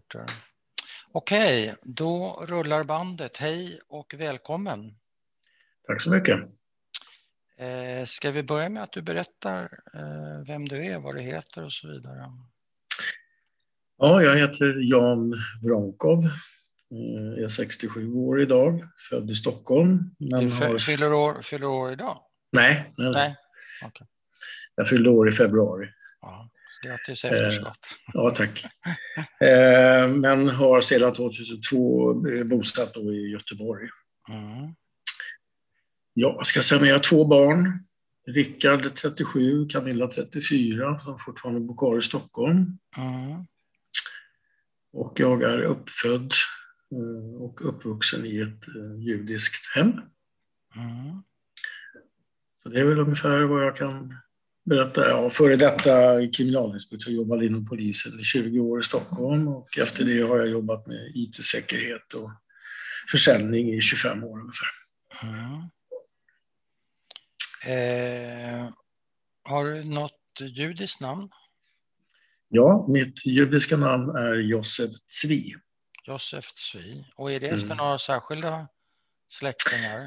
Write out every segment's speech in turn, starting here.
rapporter. Okej, då rullar bandet. Hej och välkommen. Tack så mycket. Ska vi börja med att du berättar vem du är, vad du heter och så vidare? Ja, jag heter Jan Wronkov. Jag är 67 år idag, född i Stockholm. Men fyller år idag? Nej. Okay. Jag fyllde år i februari. Ja, grattis efterskott. Ja, tack. Men har sedan 2002 bosatt då i Göteborg. Mm. Ja, jag ska säga, jag har 2 barn. Rickard 37, Camilla 34, som fortfarande bor kvar i Stockholm. Mm. Och jag är uppfödd och uppvuxen i ett judiskt hem. Mm. Så det är väl ungefär vad jag kan berätta. Ja, före detta kriminalinspektör, jobbade inom polisen i 20 år i Stockholm. Och efter det har jag jobbat med IT-säkerhet och försäljning i 25 år ungefär. Mm. Har du något judiskt namn? Ja, mitt judiska namn är Josef Tzvi. Josef Tzvi. Och är det efter några särskilda släktingar?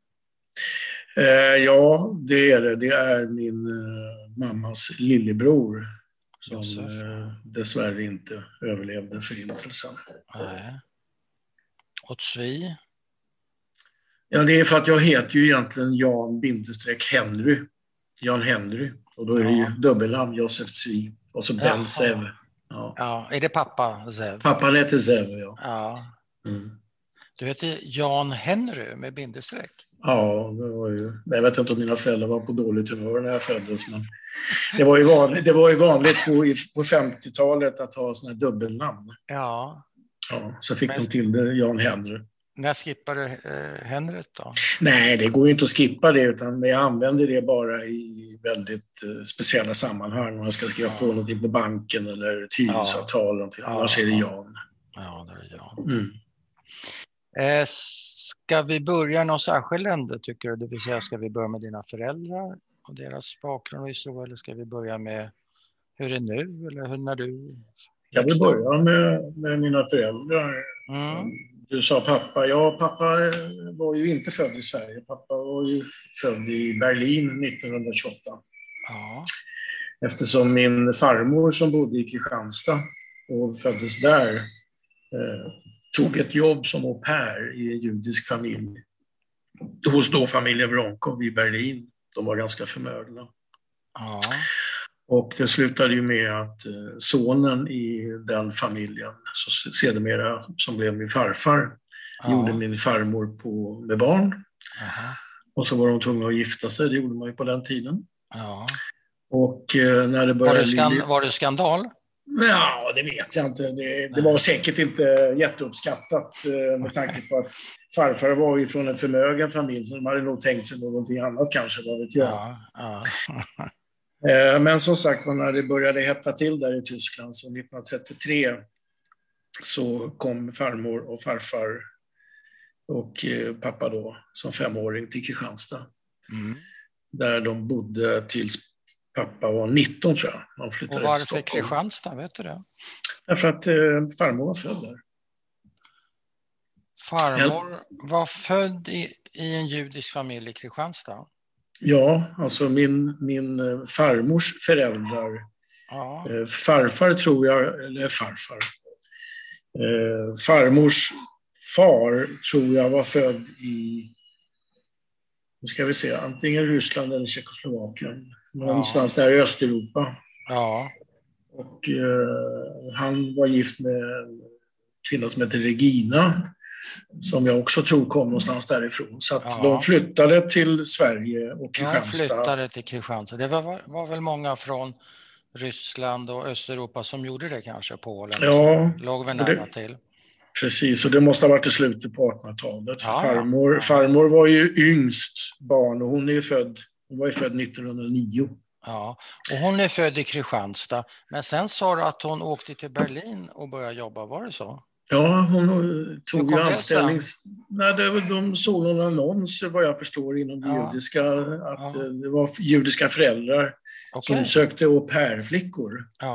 Ja, det är det. Det är min mammas lillebror som dessvärre inte överlevde förintelsen. Nej. Och Tzvi? Ja, det är för att jag heter ju egentligen Jan-Henry. Jan Henry. Och då är det ju dubbelnamn, Josef Tzvi. Och så Ben Zev. Ja, är det pappa Zev? Pappan heter Zev, ja. Ja. Mm. Du heter Jan Henry med bindestreck? Ja, det var ju... Jag vet inte om mina föräldrar var på dåligt humör när jag föddes, men det var ju vanligt på 50-talet att ha såna här dubbelnamn. Ja. Ja, så fick de till det Jan Henry. När skippar du Henry då? Nej, det går ju inte att skippa det, utan jag använder det bara i väldigt speciella sammanhang. Om jag ska skriva på någonting på banken eller ett hyresavtal eller någonting. Annars är det Jan. Ja, det är Jan. Mm. Ska vi börja någon särskild ände, tycker du? Det vill säga, ska vi börja med dina föräldrar och deras bakgrund och historia, eller ska vi börja med hur det är nu, eller hur när du... Jag vill börja med mina föräldrar. Mm. Du sa pappa. Ja, pappa var ju inte född i Sverige. Pappa var ju född i Berlin 1928. Ja. Eftersom min farmor som bodde i Kristianstad och föddes där tog ett jobb som au pair i en judisk familj. Hos då familjen Wronkov i Berlin. De var ganska förmögna. Ja. Och det slutade ju med att sonen i den familjen, så sedermera som blev min farfar, gjorde min farmor med barn. Aha. Och så var de tvungna att gifta sig, det gjorde man ju på den tiden. Ja. Och när det började... Var det skandal? Ja, det vet jag inte. Det var säkert inte jätteuppskattat med tanke på att farfar var ju från en förmögen familj, så de hade nog tänkt sig någonting annat kanske, vad vet jag. Ja. Men som sagt, när det började hetta till där i Tyskland, så 1933 så kom farmor och farfar och pappa då som 5-åring till Kristianstad. Mm. Där de bodde tills pappa var 19, tror jag. De flyttade och varför till Kristianstad, vet du det? Därför att farmor var född där. Farmor var född i en judisk familj i Kristianstad? Ja, alltså min farmors föräldrar. Ja. Farfar tror jag, eller farfar. Farmors far tror jag var född i, nu ska vi se, antingen Ryssland eller Tjeckoslovakien. Någonstans där i Östeuropa. Ja. Och han var gift med en kvinna som heter Regina, som jag också tror kom någonstans därifrån. Så att de flyttade till Sverige och Kristianstad. De flyttade till Kristianstad. Det var väl många från Ryssland och Östeuropa som gjorde det kanske, Polen. Ja. Låg väl nära till. Precis, och det måste ha varit i slutet på 1800-talet. Farmor var ju yngst barn och hon var ju född 1909. Ja, och hon är född i Kristianstad. Men sen sa du att hon åkte till Berlin och började jobba, var det så? Ja, hon tog ju anställning. De såg någon annons, vad jag förstår, inom det judiska, att det var judiska föräldrar som sökte au pair-flickor. Ja.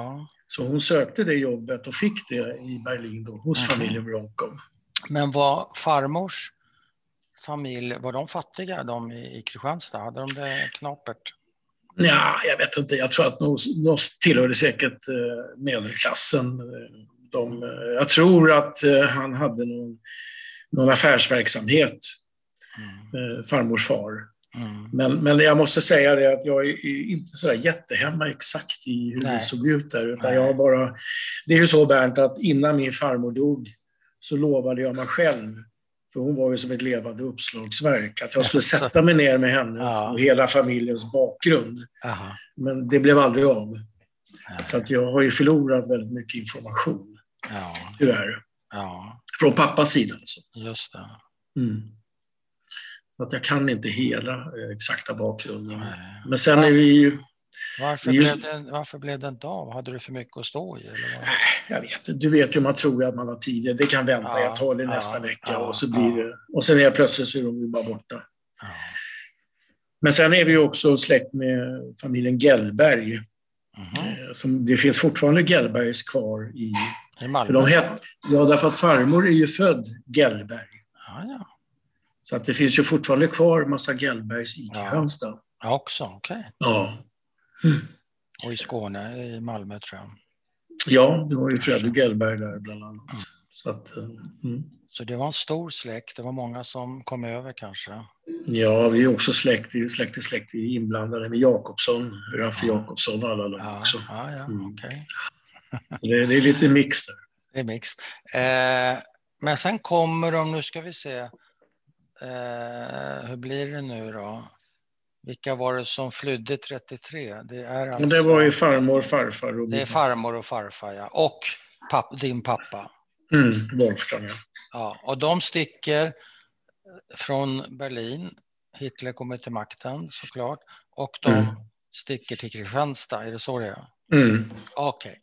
Så hon sökte det jobbet och fick det i Berlin då, hos familjen Voronkov. Men var farmors familj, var de fattiga de i Kristianstad? Hade de det knapert? Ja, jag vet inte. Jag tror att de tillhörde säkert medelklassen. Jag tror att han hade någon affärsverksamhet, farmors far. Men jag måste säga det att jag är inte så där jättehemma exakt i hur det såg ut där. Utan det är ju så, Bernt, att innan min farmor dog så lovade jag mig själv, för hon var ju som ett levande uppslagsverk, att jag skulle sätta mig ner med henne och hela familjens bakgrund. Men det blev aldrig av. Så att jag har ju förlorat väldigt mycket information. Tyvärr. Från pappas sida. Alltså. Just det. Så att jag kan inte hela exakta bakgrunden. Men sen är vi ju... Varför blev det inte av? Hade du för mycket att stå i? Eller vad? Jag vet inte. Du vet ju, man tror att man har tid. Det kan vänta. Jag tar det nästa vecka och så blir det... Och sen är plötsligt så är de ju bara borta. Men sen är vi ju också släkt med familjen Gellberg. Det finns fortfarande Gellbergs kvar i Malmö. Därför att farmor är ju född Gellberg. Så att det finns ju fortfarande kvar massa Gellbergs i Kristianstad. Ja, också, okej. Ja. Och i Skåne, i Malmö tror jag. Ja, det var ju Fredrik Gellberg där bland annat. Så det var en stor släkt, det var många som kom över kanske? Ja, vi är också släkt inblandade med Jakobsson, Raffi Jakobsson och alla de också. Okej. Det är lite mixed där. Det är mixed. Men sen kommer de, nu ska vi se, hur blir det nu då? Vilka var det som flydde 33? Det var ju farmor, farfar. Och det är farmor och farfar, ja. Och din pappa. Wolfgang, ja. Ja. Och de sticker från Berlin. Hitler kommer till makten såklart. Och de sticker till Kristianstad, är det så det är? Okej.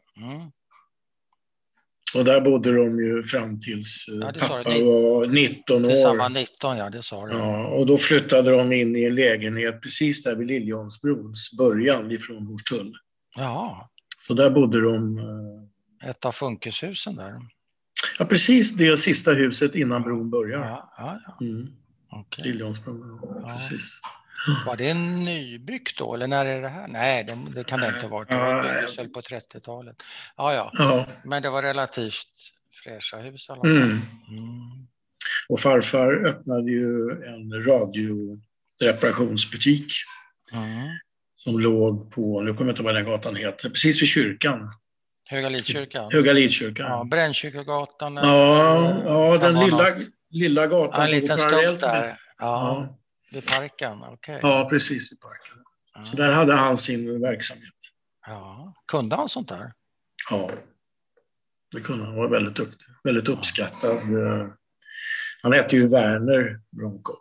Och där bodde de ju fram tills pappa var 19 år. Tillsammans 19, ja, det sa du. Ja, och då flyttade de in i en lägenhet precis där vid Liljeholmsbrons början ifrån Hornstull. Ja. Så där bodde de... Ett av funkishusen där. Ja, precis det sista huset innan bron börjar. Okay. Liljeholmsbron, precis. Var det nybyggt då, eller när är det här? Nej, det kan det inte vara. Det var byggdes väl på 30-talet. Ja. Men det var relativt fräscha hus i alla fall. Och farfar öppnade ju en radioreparationsbutik som låg på, nu kommer jag inte ihåg vad den gatan heter, precis vid kyrkan. Höga Lidkyrkan. Ja, Brännkyrkogatan. Ja, den lilla gatan. En liten stump där. Ja. Vid parken, okej. Ja, precis vid parken. Så där hade han sin verksamhet. Ja, kunde han sånt där? Ja, det kunde han. Var väldigt duktig. Väldigt uppskattad. Han hette ju Werner Voronkov.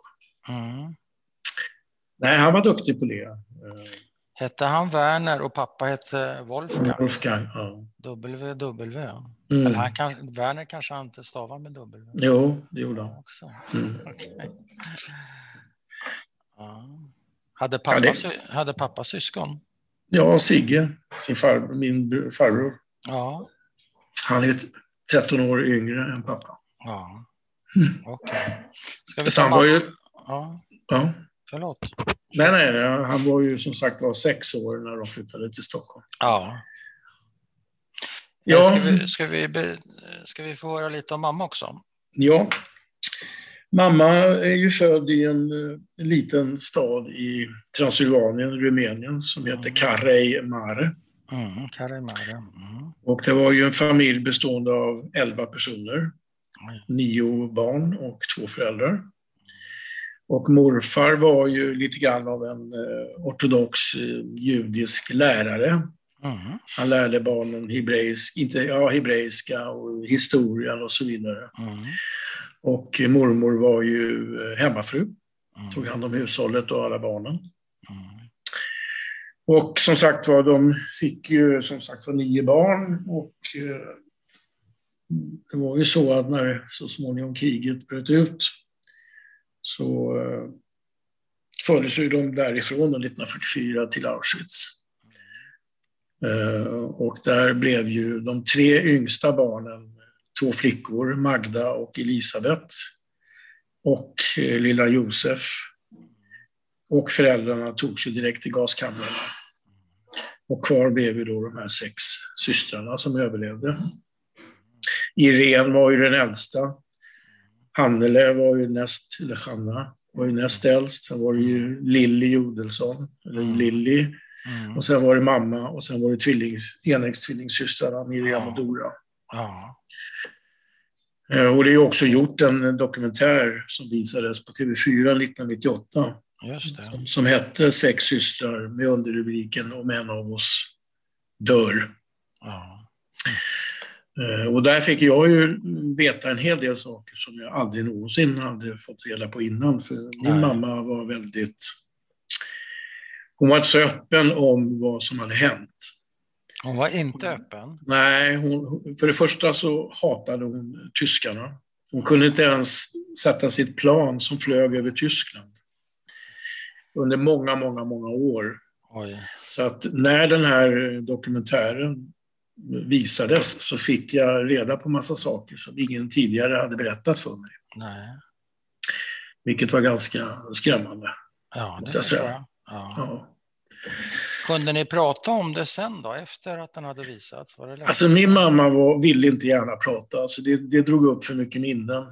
Nej, han var duktig på det. Hette han Werner och pappa hette Wolfgang? Wolfgang, ja. W. Eller Werner kanske han inte stavar med W. Jo, det gjorde han. Också. Okay. Hade pappa syskon? Ja, Sigge, min farbror. Ja. Han är 13 år yngre än pappa. Ja, okej. Ska vi Ja. Förlåt. Nej, han var ju som sagt 6 år när de flyttade till Stockholm. Ja. Ska vi få höra lite om mamma också? Ja. Mamma är ju född i en liten stad i Transylvanien, Rumänien, som heter Carrei Mare. Carrei Mare. Och det var ju en familj bestående av 11 personer. 9 barn och 2 föräldrar. Och morfar var ju lite grann av en ortodox judisk lärare. Han lärde barnen hebreiska och historien och så vidare. Och mormor var ju hemmafru. Tog hand om hushållet och alla barnen. Och som sagt var, de fick ju 9 barn. Och det var ju så att när så småningom kriget bröt ut så fördes ju de därifrån 1944 till Auschwitz. Och där blev ju de 3 yngsta barnen 2 flickor, Magda och Elisabeth och lilla Josef. Och föräldrarna togs ju direkt till gaskamrarna. Och kvar blev ju då de här 6 systrarna som överlevde. Irene var ju den äldsta. Hannele var ju Hanna var ju näst äldst. Sen var det ju Lilly Jodelsson, eller Lilly. Och sen var det mamma och sen var det enäggstvillingssystrarna Miriam och Dora. Och det är också gjort en dokumentär som visades på TV4 1998. Just det. Som hette 6 systrar med underrubriken Om en av oss dör. Och där fick jag ju veta en hel del saker som jag aldrig någonsin hade fått reda på innan. För min mamma var hon var inte så öppen om vad som hade hänt. Hon var inte öppen? Nej, för det första så hatade hon tyskarna. Hon kunde inte ens sätta sitt plan som flög över Tyskland. Under många, många, många år. Oj. Så att när den här dokumentären visades så fick jag reda på massa saker som ingen tidigare hade berättat för mig. Nej. Vilket var ganska skrämmande. Ja, det förstår jag. Ja. Kunde ni prata om det sen då, efter att den hade visats? Var det alltså min mamma ville inte gärna prata. Alltså det drog upp för mycket minnen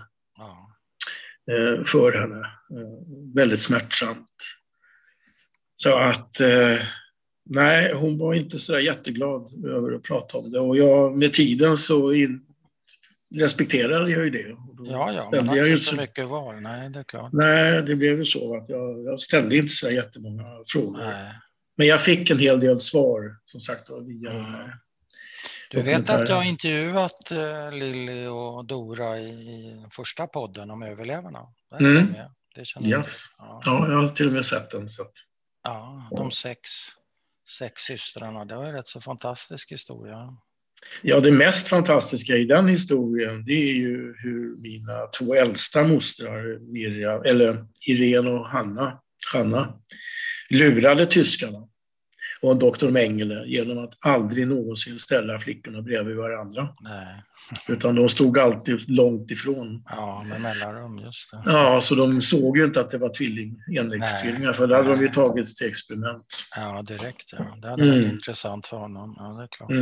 för henne. Väldigt smärtsamt. Så att nej, hon var inte så jätteglad över att prata om det. Och med tiden så respekterade jag ju det. Ja, men det är ju inte så mycket val. Nej, det är klart. Nej, det blev ju så att jag ställde inte så jättemånga frågor. Nej. Men jag fick en hel del svar, som sagt, via den här. Du vet att jag har intervjuat Lilly och Dora i den första podden om överlevarna. Det känner jag. Ja, jag har till och med sett den. Så att... Ja, de sex systrarna, det var en rätt så fantastisk historia. Ja, det mest fantastiska i den historien, det är ju hur mina 2 äldsta mostrar, Irene och Hanna, lurade tyskarna och doktor Mengele genom att aldrig någonsin ställa flickorna bredvid varandra. Nej. Utan de stod alltid långt ifrån. Ja, med mellanrum, just det. Ja, så de såg ju inte att det var enäggstvillingar, för det hade de ju tagit till experiment. Ja, direkt. Ja. Det hade varit intressant för honom. Ja, det är klart.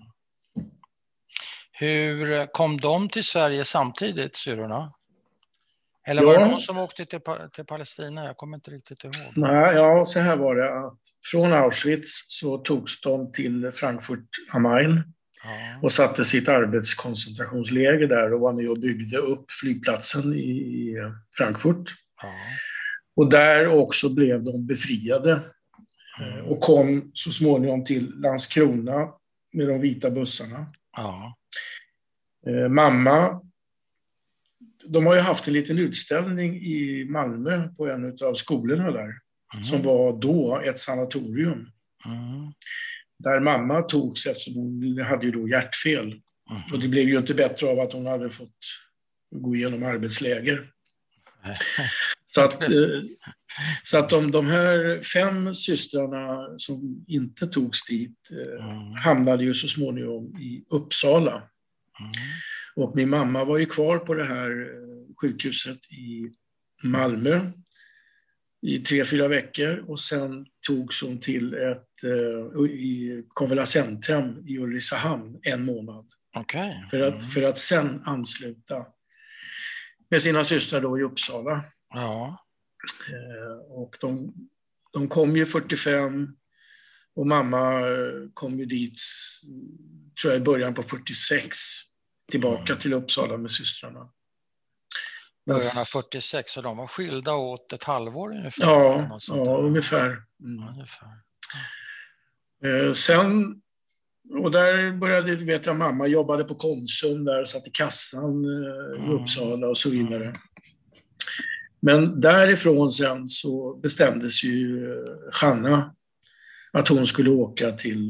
Hur kom de till Sverige samtidigt, syrorna? Eller var det någon som åkte till Palestina? Jag kommer inte riktigt ihåg. Nej, så här var det. Att från Auschwitz så togs de till Frankfurt am Main och satte sitt arbetskoncentrationsläger där och var med och byggde upp flygplatsen i Frankfurt. Och där också blev de befriade och kom så småningom till Landskrona med de vita bussarna. Mamma, de har ju haft en liten utställning i Malmö på en av skolorna där, som var då ett sanatorium. Där mamma togs eftersom hon hade ju då hjärtfel. Och det blev ju inte bättre av att hon hade fått gå igenom arbetsläger. Så att de här 5 systrarna som inte togs dit hamnade ju så småningom i Uppsala. Och min mamma var ju kvar på det här sjukhuset i Malmö i 3-4 veckor och sen togs hon till ett konvalescenthem i Ulricehamn 1 månad. För att sen ansluta med sina systrar då i Uppsala. Och de kom ju 45 och mamma kom ju dit, tror jag, i början på 46 tillbaka till Uppsala med systrarna. Början av 46, och de var skilda åt ett halvår ungefär. Ja, ungefär. Sen, och där började, vet jag, mamma jobbade på Konsum där och satt i kassan i Uppsala och så vidare. Men därifrån sen så bestämdes ju Hanna att hon skulle åka till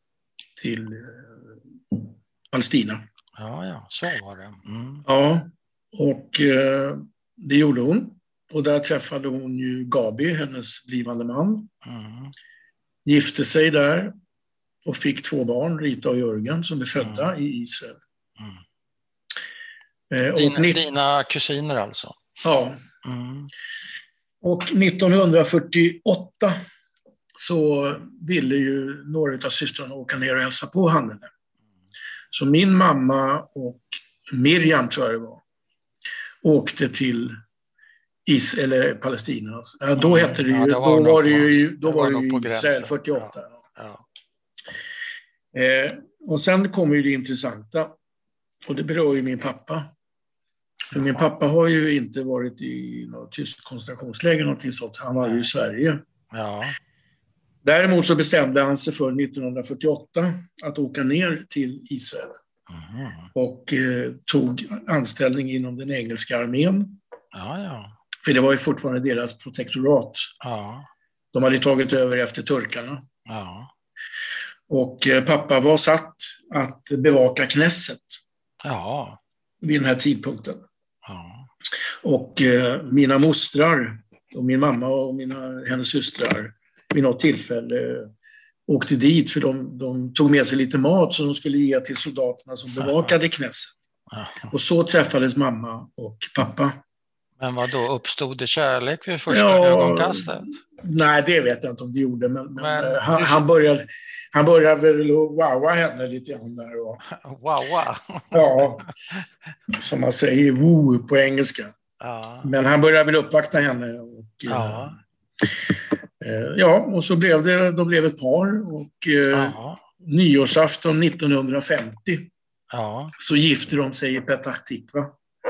Palestina. Ja, så var det. Ja, och det gjorde hon. Och där träffade hon ju Gabi, hennes blivande man. Gifte sig där. och fick 2 barn, Rita och Jörgen, som är födda i Israel. Dina kusiner alltså? Ja. Och 1948 så ville ju några av systrarna åka ner och hälsa på Hannele. Så min mamma och Miriam, tror jag det var, åkte till eller Palestina. Ja, då hette det ju, då var det ju Israel 48. Ja. Och sen kommer ju det intressanta, och det berör ju min pappa. För min pappa har ju inte varit i något tyst koncentrationsläger, någonting sånt. Han var ju i Sverige. Ja. Däremot så bestämde han sig för 1948 att åka ner till Israel. Och tog anställning inom den engelska armén. Ja. För det var ju fortfarande deras protektorat. Ja. De hade tagit över efter turkarna. Ja. Och pappa var satt att bevaka Knesset. Ja. Vid den här tidpunkten. Ja. Och mina mostrar och min mamma och hennes systrar vid något tillfälle åkte dit, för de tog med sig lite mat som de skulle ge till soldaterna som bevakade Knesset. Och så träffades mamma och pappa. Men vad då, uppstod det kärlek vid första ögonkastet? Nej, det vet jag inte om det gjorde, men han började väl wowa henne lite grann där. Wowa? Ja, som man säger woo på engelska. Ja. Men han började väl uppvakta henne. Och så blev de blev ett par, och nyårsafton 1950 så gifte de sig i Petach Tikva.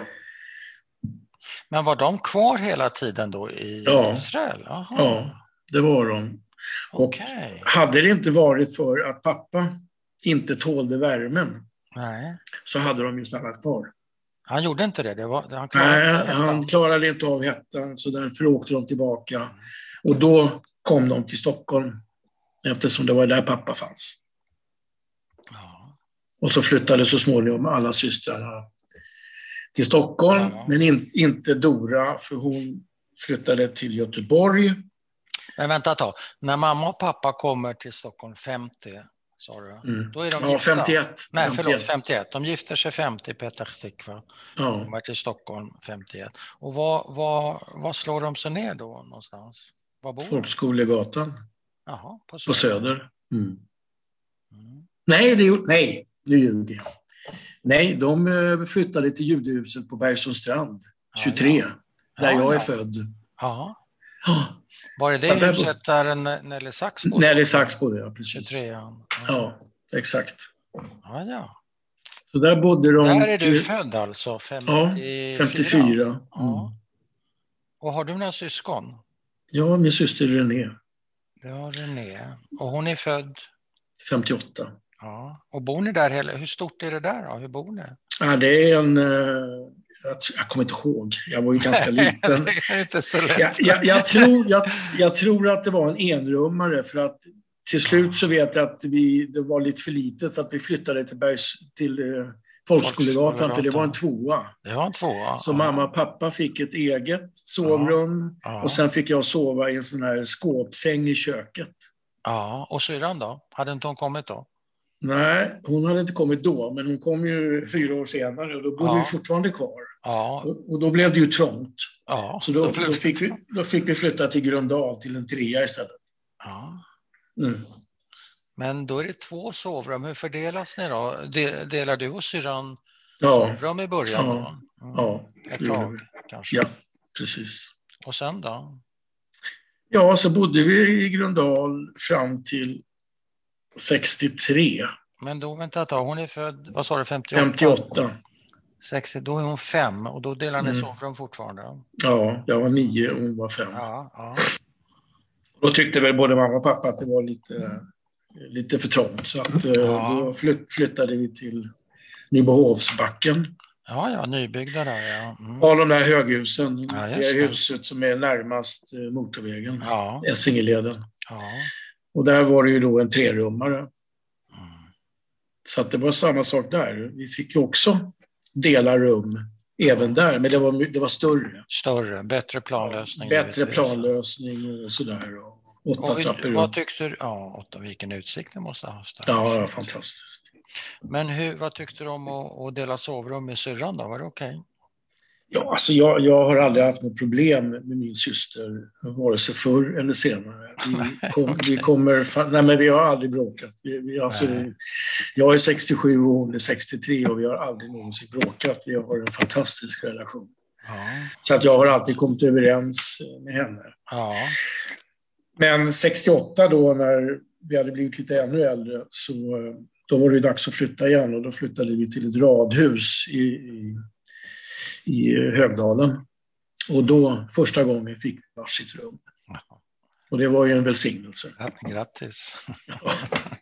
Men var de kvar hela tiden då i Israel? Aha. Ja, det var de. Och hade det inte varit för att pappa inte tålde värmen, så hade de ju stannat kvar. Han gjorde inte det? Han klarade inte av hettan, så därför åkte de tillbaka. Och då kom de till Stockholm, eftersom det var där pappa fanns. Ja. Och så flyttade så småningom alla systrarna till Stockholm, men inte Dora, för hon flyttade till Göteborg. Men vänta ett tag. När mamma och pappa kommer till Stockholm 50, sa du? Då är de gifta. 51. Nej, förlåt, 51. De gifter sig 50 i Petach Tikva. Kommer till Stockholm 51. Och vad slår de sig ner då någonstans? Var bor Folkskolegatan. Jaha, på Söder. Nej, nu ljuger jag. Nej, de flyttade till Judehuset på Bergsonstrand 23, där jag är född. Ja. Var det huset där Nelly Sachs bodde? Nelly Sachs bodde, ja, precis. 23. Ja, exakt. Ja. Så där bodde de... Där är du född alltså, 54? 54. Ja. Och har du några syskon? Ja, min syster René. Det var René. Och hon är född? 58. Ja. Och bor ni där hur stort är det där då? Hur bor ni? Ja, det är en... Jag kommer inte ihåg. Jag var ju ganska liten. Det är inte så lätt. Jag tror att det var en enrummare, för att till slut så vet jag att det var lite för litet, så att vi flyttade till Folkskolegatan, för det var en tvåa. Det var en tvåa. Så mamma och pappa fick ett eget sovrum, och sen fick jag sova i en sån här skåpsäng i köket. Ja, och syrran då? Hade inte hon kommit då? Nej, hon hade inte kommit då, men hon kom ju 4 år senare, och då bodde vi fortfarande kvar. Ja. Och då blev det ju trångt. Ja. Så då fick vi flytta till Gröndal, till en 3 istället. Ja. Men då är det 2 sovrum. Hur fördelas ni då? Delar du och syrran sovrum i början då? Ja. Ett tag kanske? Ja, precis. Och sen då? Ja, så bodde vi i Gröndal fram till 63. Men då, vänta ett tag, hon är född, vad sa du, 58? 58. 60, då är hon 5, och då delar ni sovrum fortfarande? Ja, jag var 9 och hon var 5. Ja. Då tyckte väl både mamma och pappa att det var lite för trångt, så att då flyttade vi till Nybohovsbacken. Ja, nybyggda där, ja. Av de där höghusen, det är huset som är närmast motorvägen, Essingeleden. Ja. Och där var det ju då en 3-rummare. Så att det var samma sak där. Vi fick ju också dela rum även där, men det var större. Större, bättre planlösning. Bättre planlösning och sådär. 8 trappor upp. Vad tyckte du? Ja, vilken utsikt det måste ha haft. Ja, fantastiskt. Men vad tyckte du om att dela sovrum med syrran då? Var det okej? Ja, alltså jag har aldrig haft något problem med min syster, vare sig förr eller senare. Vi har aldrig bråkat. Jag är 67 och hon är 63 och vi har aldrig någonsin bråkat. Vi har en fantastisk relation. Ja. Så att jag har alltid kommit överens med henne. Ja. Men 68 då, när vi hade blivit lite ännu äldre, så då var det dags att flytta igen och då flyttade vi till ett radhus i Högdalen. Och då första gången fick vi varsitt rum. Och det var ju en välsignelse. Grattis. Ja.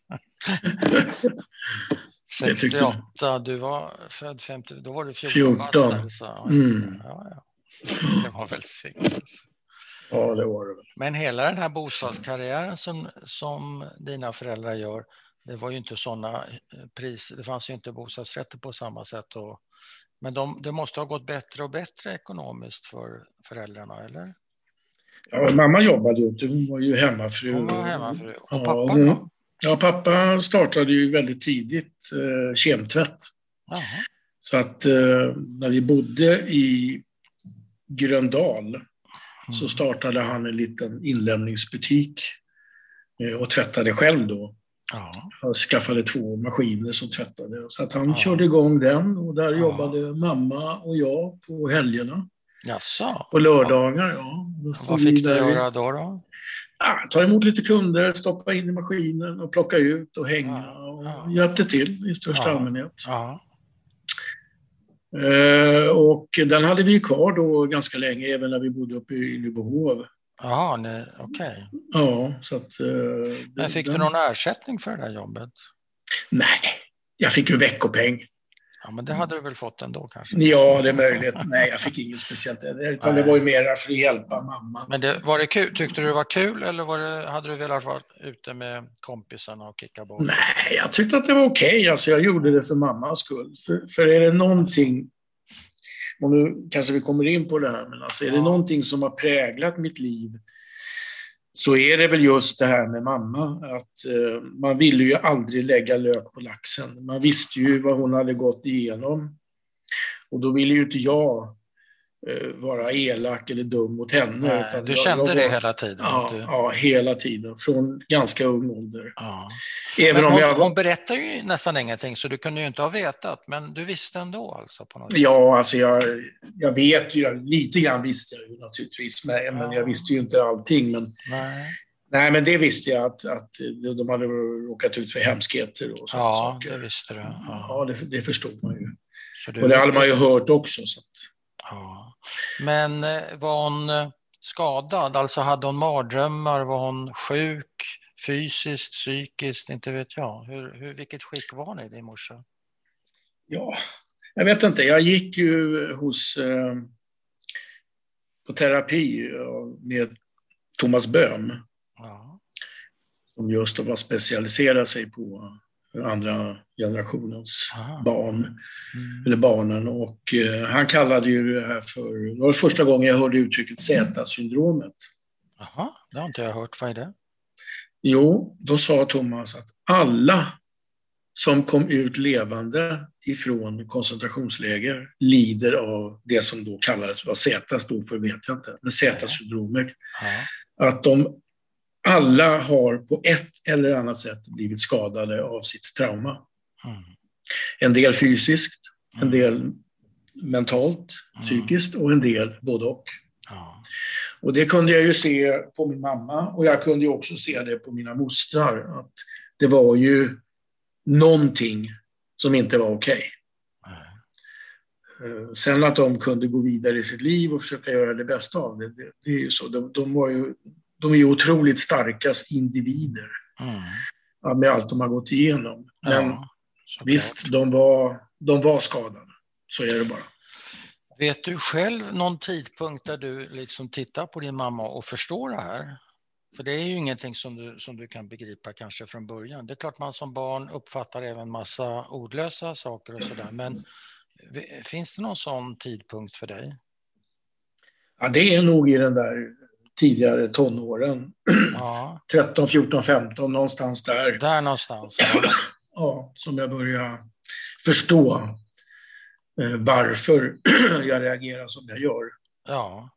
68, du var född 50, då var du 14. Ja. Det var välsignelse. Ja, det var det väl. Men hela den här bostadskarriären som dina föräldrar gör, det var ju inte sådana priser, det fanns ju inte bostadsrätter på samma sätt. Men det måste ha gått bättre och bättre ekonomiskt för föräldrarna, eller? Ja, mamma jobbade ju inte, hon var ju hemmafru. Hon var hemmafru. Och pappa då? Ja, pappa startade ju väldigt tidigt kemtvätt. Jaha. Så att när vi bodde i Gröndal så startade han en liten inlämningsbutik och tvättade själv då. Ja. Han skaffade 2 maskiner som tvättade. Så att han körde igång den och där jobbade mamma och jag på helgerna. Jaså? På lördagar, Vad fick du göra då? Ja, ta emot lite kunder, stoppa in i maskinen och plocka ut och hänga och hjälpte till i största allmänhet. Ja. Och den hade vi kvar då ganska länge, även när vi bodde uppe i Nybohov. Jaha, okej. Ja, så att... Men fick du någon ersättning för det här jobbet? Nej, jag fick ju veckopeng. Ja, men det hade du väl fått ändå kanske? Ja, det är möjligt. Nej, jag fick inget speciellt. Utan det var ju mer för att hjälpa mamma. Men var det kul? Tyckte du det var kul eller hade du velat vara ute med kompisarna och kicka boll? Nej, jag tyckte att det var okej. Alltså, jag gjorde det för mammas skull. För är det någonting, och nu kanske vi kommer in på det här, men alltså, är det någonting som har präglat mitt liv så är det väl just det här med mamma. Att man ville ju aldrig lägga lök på laxen. Man visste ju vad hon hade gått igenom. Och då ville ju inte jag vara elak eller dum mot henne. Nej, utan du kände det hela tiden? Ja, hela tiden. Från ganska ung ålder. Ja. Även men om hon berättar ju nästan ingenting så du kunde ju inte ha vetat. Men du visste ändå alltså? På något sätt. Ja, alltså jag vet ju. Lite grann visste jag ju naturligtvis. Men jag visste ju inte allting. Men, nej, men det visste jag att de hade råkat ut för hemskheter och sådana saker. Ja, det visste du. Ja, det förstod man ju. Och det hade man ju hört också. Så att... Ja. Men var hon skadad? Alltså hade hon mardrömmar? Var hon sjuk? Fysiskt, psykiskt? Inte vet jag. Vilket skick var ni, din morsa? Ja, jag vet inte. Jag gick ju på terapi med Thomas Böhm. Ja. Som just var specialiserad sig på andra generationens barn. Eller barnen. Och han kallade ju det här för... Det var första gången jag hörde uttrycket Z-syndromet. Jaha, det har inte jag hört. Vad är det? Jo, då sa Thomas att alla som kom ut levande ifrån koncentrationsläger lider av det som då kallades, vad Z stod för vet jag inte, men Z-syndromet. Ja. Att de alla har på ett eller annat sätt blivit skadade av sitt trauma. En del fysiskt, en del mentalt, psykiskt och en del både och. Och det kunde jag ju se på min mamma och jag kunde ju också se det på mina mostrar. Att det var ju någonting som inte var okej. Sen att de kunde gå vidare i sitt liv och försöka göra det bästa av det, det är ju så. De är ju otroligt starka individer med allt de har gått igenom. Men visst, de var skadade. Så är det bara. Vet du själv någon tidpunkt där du liksom tittar på din mamma och förstår det här? För det är ju ingenting som du kan begripa kanske från början. Det är klart man som barn uppfattar även massa ordlösa saker och sådär. Men finns det någon sån tidpunkt för dig? Ja, det är nog i den där tidigare tonåren. Ja. 13, 14, 15, någonstans där. Där någonstans. Ja. Ja, som jag börjar förstå varför jag reagerar som jag gör. Ja.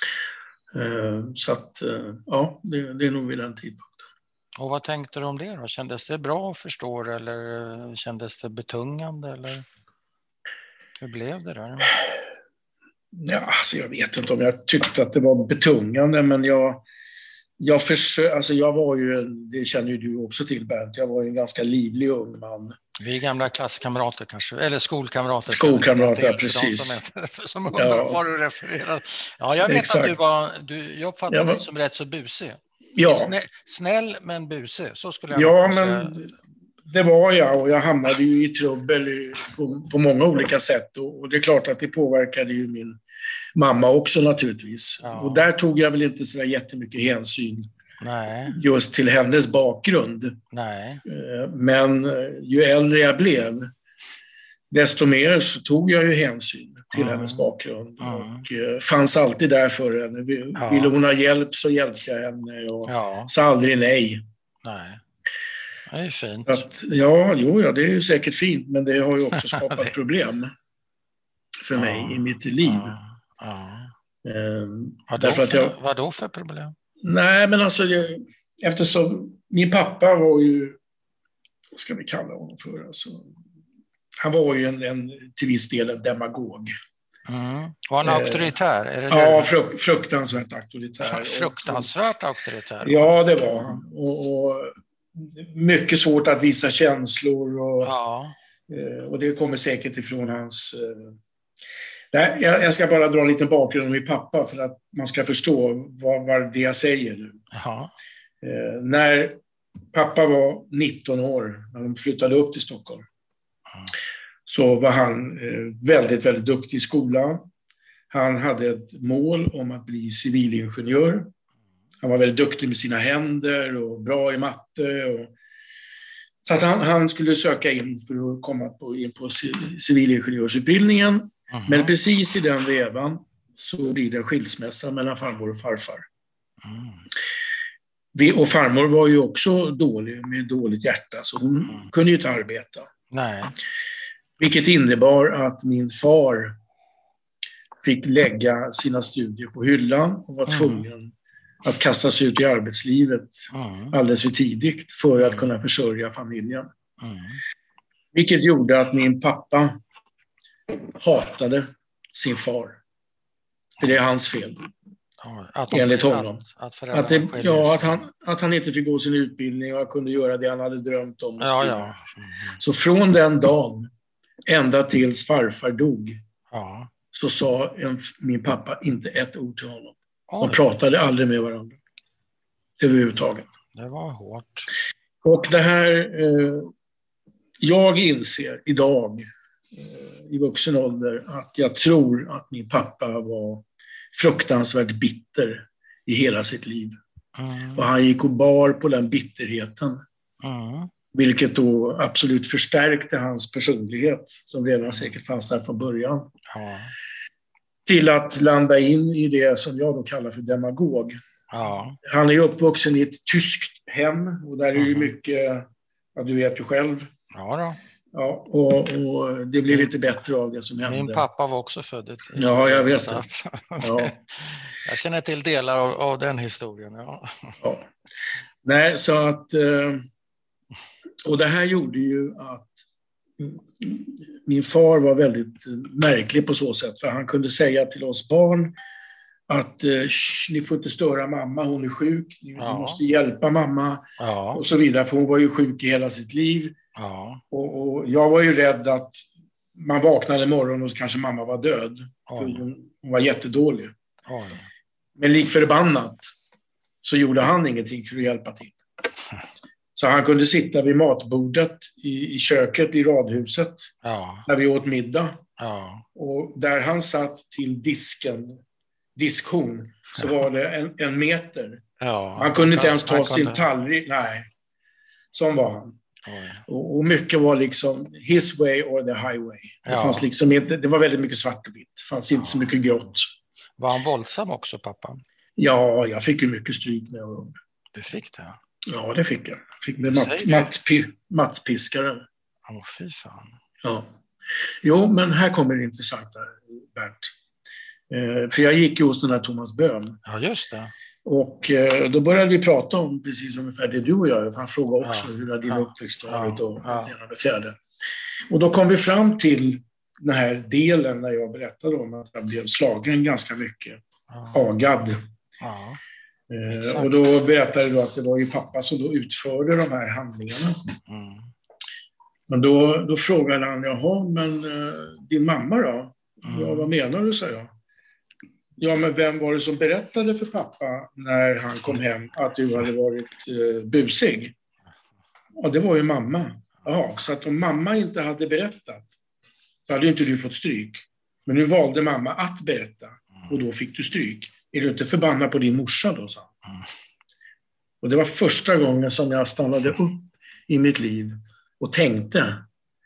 Så att, ja, det är nog vid den tidpunkten. Och vad tänkte du om det då? Kändes det bra att förstå eller kändes det betungande? Eller hur blev det där? Ja, alltså jag vet inte om jag tyckte att det var betungande, men jag var ju, det känner ju du också till Bernt, jag var ju en ganska livlig ung man. Vi är gamla klasskamrater kanske, eller skolkamrater. Skolkamrater, precis. Som undrar vad du refererar. Ja, jag vet exakt. Att jag uppfattade dig som rätt så busig. Ja. Snäll men busig, så skulle jag säga. Men det var jag, och jag hamnade ju i trubbel på många olika sätt. Och det är klart att det påverkade ju min mamma också naturligtvis. Ja. Och där tog jag väl inte så jättemycket hänsyn. Nej. Just till hennes bakgrund. Nej. Men ju äldre jag blev, desto mer så tog jag ju hänsyn till hennes bakgrund. Och fanns alltid där för henne. Ville hon ha hjälp så hjälpte jag henne och sa aldrig nej. Nej. Det är ju fint. Det är ju säkert fint, men det har ju också skapat problem för mig i mitt liv. Vad då för problem? Nej, men alltså eftersom min pappa var ju, vad ska vi kalla honom för? Alltså, han var ju till viss del en demagog. Var han auktoritär? Är det ja, fruktansvärt auktoritär. Fruktansvärt auktoritär? Ja, det var han. Och mycket svårt att visa känslor. Och det kommer säkert ifrån hans... Nej, jag ska bara dra en liten bakgrund om min pappa för att man ska förstå vad det jag säger nu. När pappa var 19 år, när de flyttade upp till Stockholm, så var han väldigt, väldigt duktig i skolan. Han hade ett mål om att bli civilingenjör. Han var väldigt duktig med sina händer och bra i matte. Så att han skulle söka in för att komma in på civilingenjörsutbildningen. Men precis i den vevan så blir det en skilsmässa mellan farmor och farfar. Och farmor var ju också dålig, med dåligt hjärta, så hon kunde ju inte arbeta. Nej. Vilket innebar att min far fick lägga sina studier på hyllan och var tvungen att kasta sig ut i arbetslivet alldeles för tidigt för att kunna försörja familjen. Vilket gjorde att min pappa hatade sin far. För det är hans fel. Enligt honom. Att han inte fick gå sin utbildning och kunde göra det han hade drömt om. Så från den dagen ända tills farfar dog så sa min pappa inte ett ord till honom. De pratade aldrig med varandra. Överhuvudtaget. Det var hårt. Och det här... jag inser idag i vuxen ålder att jag tror att min pappa var fruktansvärt bitter i hela sitt liv. Och han gick och bar på den bitterheten. Vilket då absolut förstärkte hans personlighet som redan säkert fanns där från början. Till att landa in i det som jag då kallar för demagog. Han är ju uppvuxen i ett tyskt hem och där är ju mycket, du vet ju själv. Ja, och det blev inte bättre av det som hände. Min pappa var också född. Ja, jag vet det. Jag känner till delar av den historien. Nej, så att... Och det här gjorde ju att min far var väldigt märklig på så sätt. För han kunde säga till oss barn att ni får inte störa mamma, hon är sjuk. Ni måste hjälpa mamma och så vidare. För hon var ju sjuk i hela sitt liv. Och jag var ju rädd att man vaknade imorgon och kanske mamma var död. För hon var jättedålig. Men lik förbannat så gjorde han ingenting för att hjälpa till. Så han kunde sitta vid matbordet i köket i radhuset när vi åt middag. Och där han satt till diskhon, så var det en meter. Han kunde inte ens ta sin tallrik. Nej, som var han. Och mycket var liksom his way or the highway. Det fanns liksom inte, det var väldigt mycket svart och vitt. Det fanns inte så mycket grått. Var han våldsam också, pappa? Ja, jag fick ju mycket stryk när jag var ung. Du fick det? Ja, det fick jag. Fick med Matspiskaren. Åh, fy fan. Ja. Jo, men här kommer det intressanta, Bernt. För jag gick ju hos den där Thomas Böhm. Ja, just det. Och då började vi prata om precis ungefär det du och jag. Han frågade också hur din uppväxt varit och det fjärde. Och då kom vi fram till den här delen när jag berättade om att jag blev slagen ganska mycket. Agad. Ja. Och då berättade du att det var ju pappa som då utförde de här handlingarna. Mm. Men då frågade han, jaha, men din mamma då? Ja, vad menar du, sa jag. Ja, men vem var det som berättade för pappa när han kom hem att du hade varit busig? Ja, det var ju mamma. Ja, så att om mamma inte hade berättat så hade inte du fått stryk. Men nu valde mamma att berätta och då fick du stryk. Är du inte förbannad på din morsa då, sa han. Och det var första gången som jag stannade upp i mitt liv och tänkte,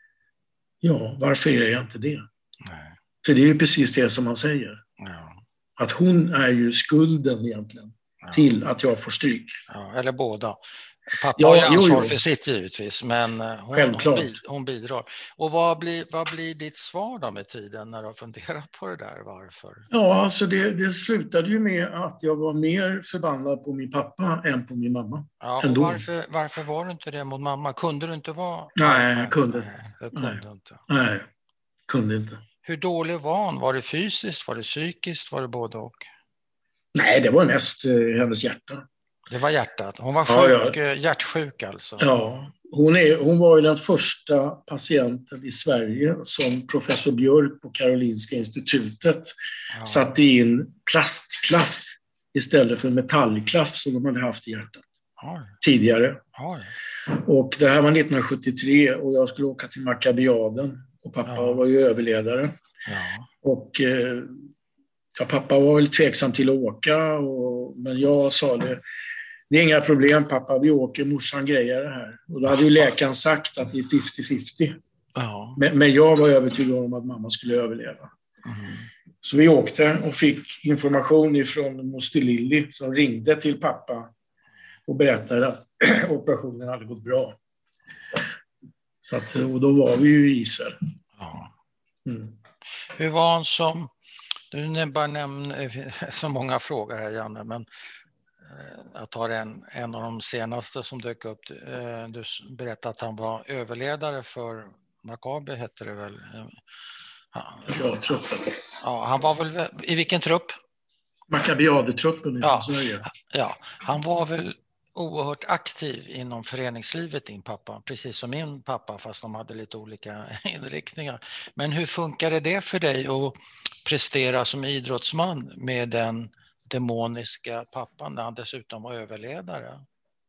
ja, varför är jag inte det? Nej. För det är ju precis det som man säger. Ja. Att hon är ju skulden egentligen till att jag får stryk. Ja, eller båda. Pappa har ju ansvar för sitt givetvis, men hon bidrar. Och vad blir ditt svar då med tiden när du har funderat på det där? Varför? Ja, alltså det slutade ju med att jag var mer förbannad på min pappa än på min mamma. Ja, och varför var du inte det mot mamma? Kunde du inte vara? Nej, jag kunde inte. Nej, kunde inte. Hur dålig var hon? Var det fysiskt? Var det psykiskt? Var det både och? Nej, det var mest hennes hjärta. Det var hjärtat. Hon var sjuk, hjärtsjuk alltså. Ja, hon var ju den första patienten i Sverige som professor Björk på Karolinska institutet satte in plastklaff istället för metallklaff som de hade haft i hjärtat tidigare. Och det här var 1973 och jag skulle åka till Maccabiaden och pappa var ju överledare. Och pappa var väl tveksam till att åka men jag sa det är inga problem pappa, vi åker, morsan grejer det här. Och då hade ju läkaren sagt att det är 50-50. Ja. Men jag var övertygad om att mamma skulle överleva. Så vi åkte och fick information från moster Lilly som ringde till pappa och berättade att operationen hade gått bra. Så att, och då var vi ju i Israel. Ja. Hur var han som... Du bara nämner så många frågor här, Janne, men jag tar en av de senaste som dök upp. Du berättade att han var överledare för Maccabi, hette det väl? Ja, truppen. Ja, han var väl... I vilken trupp? Maccabiade-truppen i Sverige. Ja, han var väl oerhört aktiv inom föreningslivet, din pappa, precis som min pappa, fast de hade lite olika inriktningar. Men hur funkade det för dig att prestera som idrottsman med den demoniska pappan när han dessutom var överledare?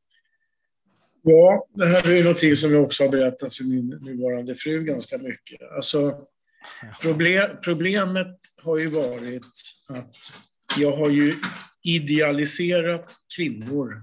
Ja, det här är ju någonting som jag också har berättat för min nuvarande fru ganska mycket. Alltså, problemet har ju varit att jag har ju idealiserat kvinnor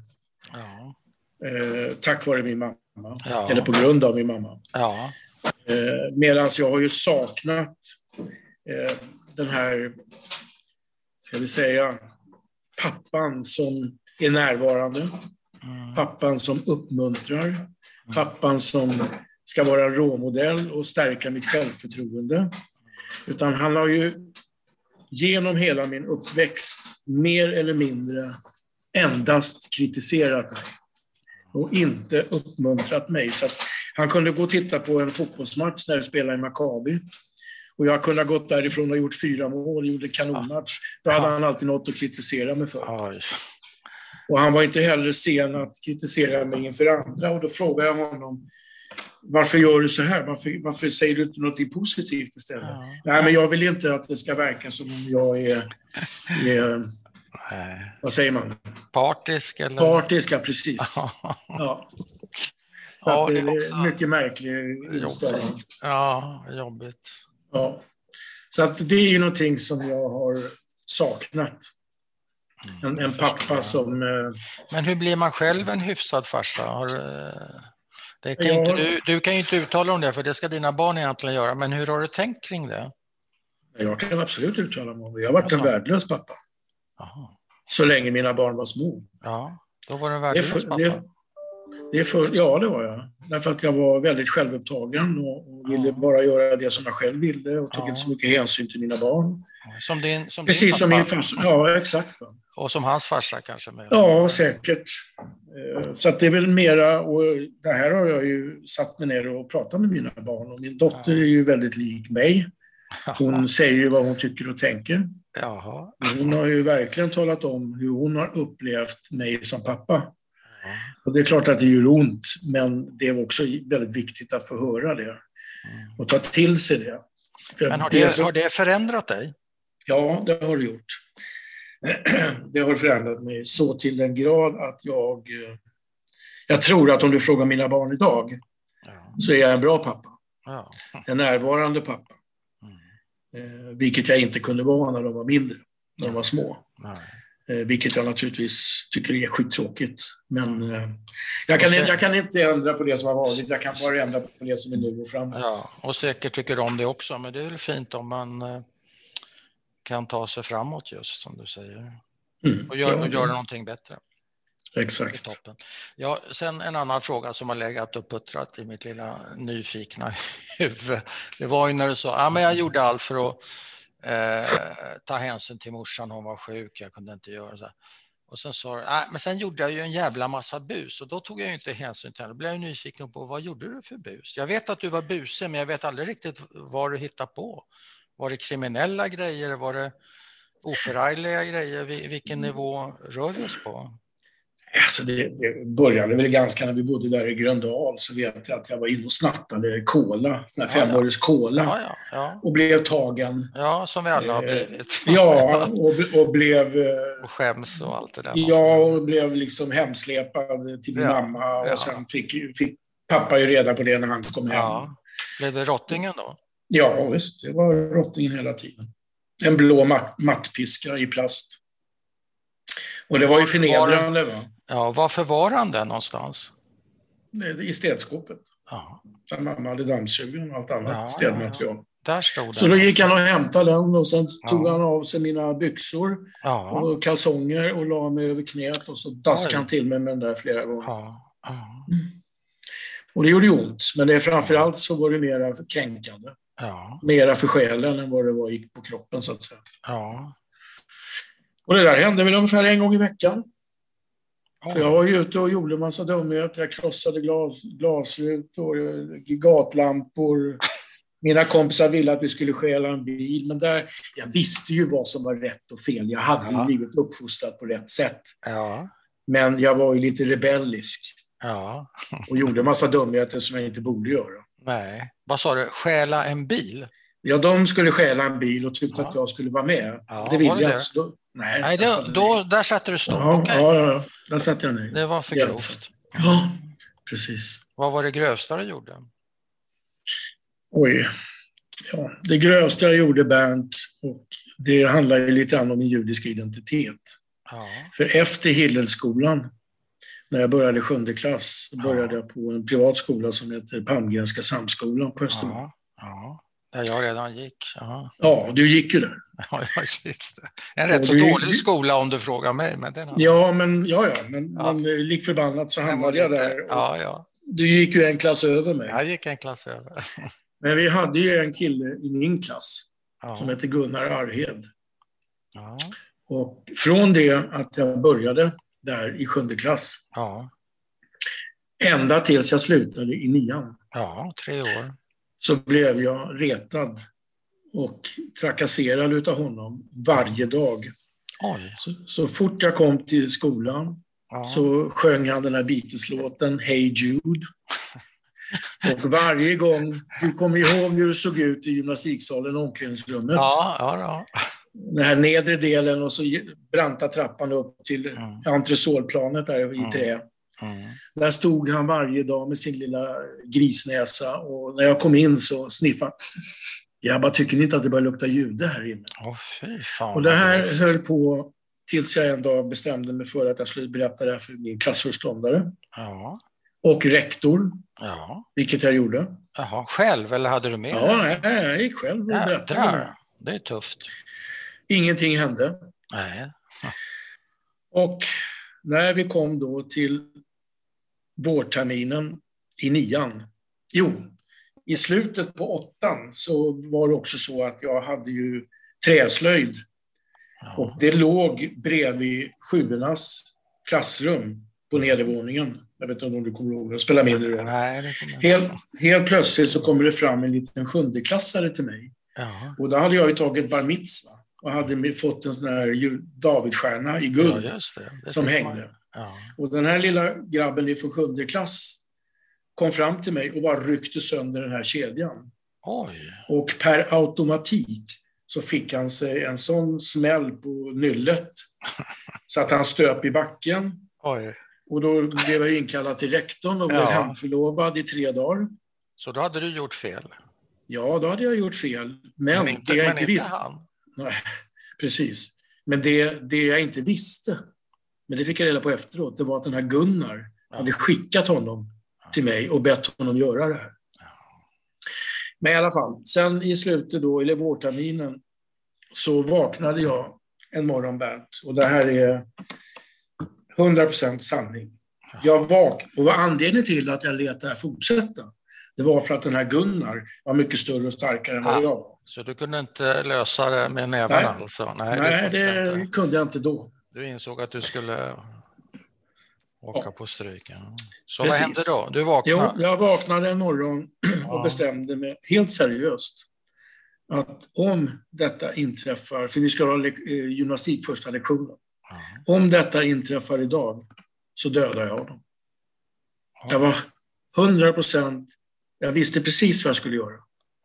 tack vare min mamma, eller på grund av min mamma. Medan jag har ju saknat den här, ska vi säga, pappan som är närvarande, pappan som uppmuntrar, pappan som ska vara en råmodell och stärka mitt självförtroende. Utan han har ju genom hela min uppväxt mer eller mindre endast kritiserat mig och inte uppmuntrat mig. Så att han kunde gå och titta på en fotbollsmatch när jag spelade i Maccabi. Och jag kunde ha gått därifrån och gjort 4 mål, gjorde en kanonmatch. Då hade han alltid något att kritisera mig för. Och han var inte heller sen att kritisera mig inför andra. Och då frågade jag honom, varför gör du så här? Varför säger du inte något positivt istället? Nej, men jag vill inte att det ska verka som om jag är vad säger man? Partisk? Eller? Partiska, precis. Ja. Så det är mycket märklig inställning. Ja, jobbigt. Ja. Så att det är ju någonting som jag har saknat. En pappa som... Men hur blir man själv en hyfsad farsa? Du kan ju inte uttala om det, för det ska dina barn egentligen göra. Men hur har du tänkt kring det? Jag kan absolut uttala mig om det. Jag har varit en värdelös pappa. Aha. så länge mina barn var små. Ja, då var du en värdelös pappa. Ja, det var jag. Därför att jag var väldigt självupptagen och ville bara göra det som jag själv ville och tog inte så mycket hänsyn till mina barn. Precis som min farsa. Ja, exakt. Och som hans farsa kanske? Ja, säkert. Så att det är väl mera, och det här har jag ju satt mig ner och pratat med mina barn. Och min dotter är ju väldigt lik mig. Hon säger ju vad hon tycker och tänker. Jaha. Hon har ju verkligen talat om hur hon har upplevt mig som pappa. Och det är klart att det gör ont, men det är också väldigt viktigt att få höra det och ta till sig det. Men har det förändrat dig? Ja, det har det gjort. Det har förändrat mig så till en grad att jag tror att om du frågar mina barn idag så är jag en bra pappa. Ja. En närvarande pappa. Vilket jag inte kunde vara när de var mindre, när de var små. Nej. Vilket jag naturligtvis tycker är skittråkigt. Men jag kan inte ändra på det som har varit. Jag kan bara ändra på det som är nu och framåt. Ja, och säkert tycker de det också. Men det är väl fint om man kan ta sig framåt just som du säger. Och göra någonting bättre. Exakt. Toppen. Ja, sen en annan fråga som har legat och puttrat i mitt lilla nyfikna huvud. Det var ju när du sa, men jag gjorde allt för att ta hänsyn till morsan, hon var sjuk, jag kunde inte göra så. Och sen sa du, men sen gjorde jag ju en jävla massa bus och då tog jag ju inte hänsyn till henne. Då blev jag nyfiken på, vad gjorde du för bus? Jag vet att du var busig, men jag vet aldrig riktigt vad du hittade på. Var det kriminella grejer? Var det oförargliga grejer? Vilken nivå rör vi oss på? Alltså det började väl ganska när vi bodde där i Gröndal, så vet jag att jag var inne och snattade cola, 5-årings cola och blev tagen. Ja, som vi alla har blivit. Ja, och blev... och skäms och allt det där. Ja, och blev liksom hemsläpad till min mamma och sen fick pappa ju reda på det när han kom hem. Ja. Blev det rottingen då? Ja, visst. Det var rottingen hela tiden. En blå mattpiska i plast. Och det var ju förnedrande, va? Ja, varför var han där någonstans? I städskåpet. Ja. Där mamma hade dammsugaren och allt annat städmaterial. Där stod det. Så då gick han och hämtade den och sen tog han av sig mina byxor och kalsonger och la mig över knät och så daskade han till mig med den där flera gånger. Och det gjorde ont, men det framförallt så var det mera kränkande. Mera för själen än vad det var gick på kroppen så att säga. Ja. Och det där hände väl ungefär en gång i veckan. För jag var ju ute och gjorde en massa dumheter. Jag krossade glasrutor, gatlampor. Mina kompisar ville att vi skulle stjäla en bil. Men där, jag visste ju vad som var rätt och fel. Jag hade ju blivit uppfostrad på rätt sätt. Ja. Men jag var ju lite rebellisk. Ja. Och gjorde en massa dumheter som jag inte borde göra. Nej. Vad sa du? Stjäla en bil? Ja, de skulle stjäla en bil och tyckte att jag skulle vara med. Ja, det ville jag inte. Nej, där satte du stopp. Ja, okay. Ja, där satte jag ner. Det var för grovt. Ja, precis. Vad var det grövsta du gjorde? Oj. Ja, det grövsta jag gjorde, Bernt, och det handlar ju lite om min judiska identitet. Ja. För efter Hillelskolan, när jag började 7:e klass, började jag på en privat skola som heter Palmgrenska samskolan på Östermalm. Ja. Där jag redan gick. Ja, du gick ju där. Ja, jag gick det. En rätt så dålig skola om du frågar mig. Men den men lik förbannat så hamnade jag där. Ja. Du gick ju en klass över mig. Jag gick en klass över. Men vi hade ju en kille i min klass som heter Gunnar Arhed. Ja. Och från det att jag började där i 7:e klass ända tills jag slutade i 9:an. Ja, 3 år. Så blev jag retad och trakasserad utav honom varje dag. Oj. Så fort jag kom till skolan så sjöng han den här Beatles-låten Hey Jude. Och varje gång, du kommer ihåg hur det såg ut i gymnastiksalen och omklädningsrummet. Ja. Den här nedre delen och så branta trappan upp till entresolplanet där i trä. Där stod han varje dag med sin lilla grisnäsa och när jag kom in så sniffade jag bara, tycker ni inte att det börjar lukta jude här inne? Fy fan. Och det här höll på tills jag en dag bestämde mig för att jag skulle berätta det här för min klassförståndare. Ja. Och rektor. Ja. Vilket jag gjorde. Jaha, själv eller hade du med? Ja, jag gick själv och berättade. Det är tufft. Ingenting hände. Nej. Och när vi kom då till vårterminen i 9:an, i slutet på 8:an så var det också så att jag hade ju träslöjd. Och det låg bredvid 7:ornas klassrum på nedervåningen. Jag vet inte om du kommer ihåg, jag spelar mindre roll. Helt plötsligt så kommer det fram en liten 7:e-klassare till mig. Ja. Och då hade jag ju tagit bar mitzva och hade fått en sån här Davidstjärna i guld, just det som hängde. Ja. Och den här lilla grabben från 7:e klass kom fram till mig och bara ryckte sönder den här kedjan. Oj. Och per automatik så fick han sig en sån smäll på nyllet så att han stöp i backen. Oj. Och då blev jag inkallad till rektorn och blev hemförlovad i 3 dagar. Så då hade du gjort fel? Ja, då hade jag gjort fel. Men inte, det jag men inte visste... han. Nej, precis. Men det jag inte visste, men det fick jag reda på efteråt, det var att den här Gunnar hade skickat honom till mig och bett honom göra det här. Men i alla fall, sen i slutet då, eller vårterminen, så vaknade jag en morgon, Bernt. Och det här är 100% sanning. Jag vaknade, och vad anledningen till att jag lät det här fortsätta, det var för att den här Gunnar var mycket större och starkare än vad jag var. Så du kunde inte lösa det med nävarna alltså? Nej, det kunde jag inte då. Du insåg att du skulle åka på stryken. Så Precis. Vad hände då? Du vaknade? Jo, jag vaknade en morgon och bestämde mig helt seriöst att om detta inträffar, för vi ska ha gymnastik första lektionen, om detta inträffar idag så dödar jag honom. Jag var 100%, jag visste precis vad jag skulle göra.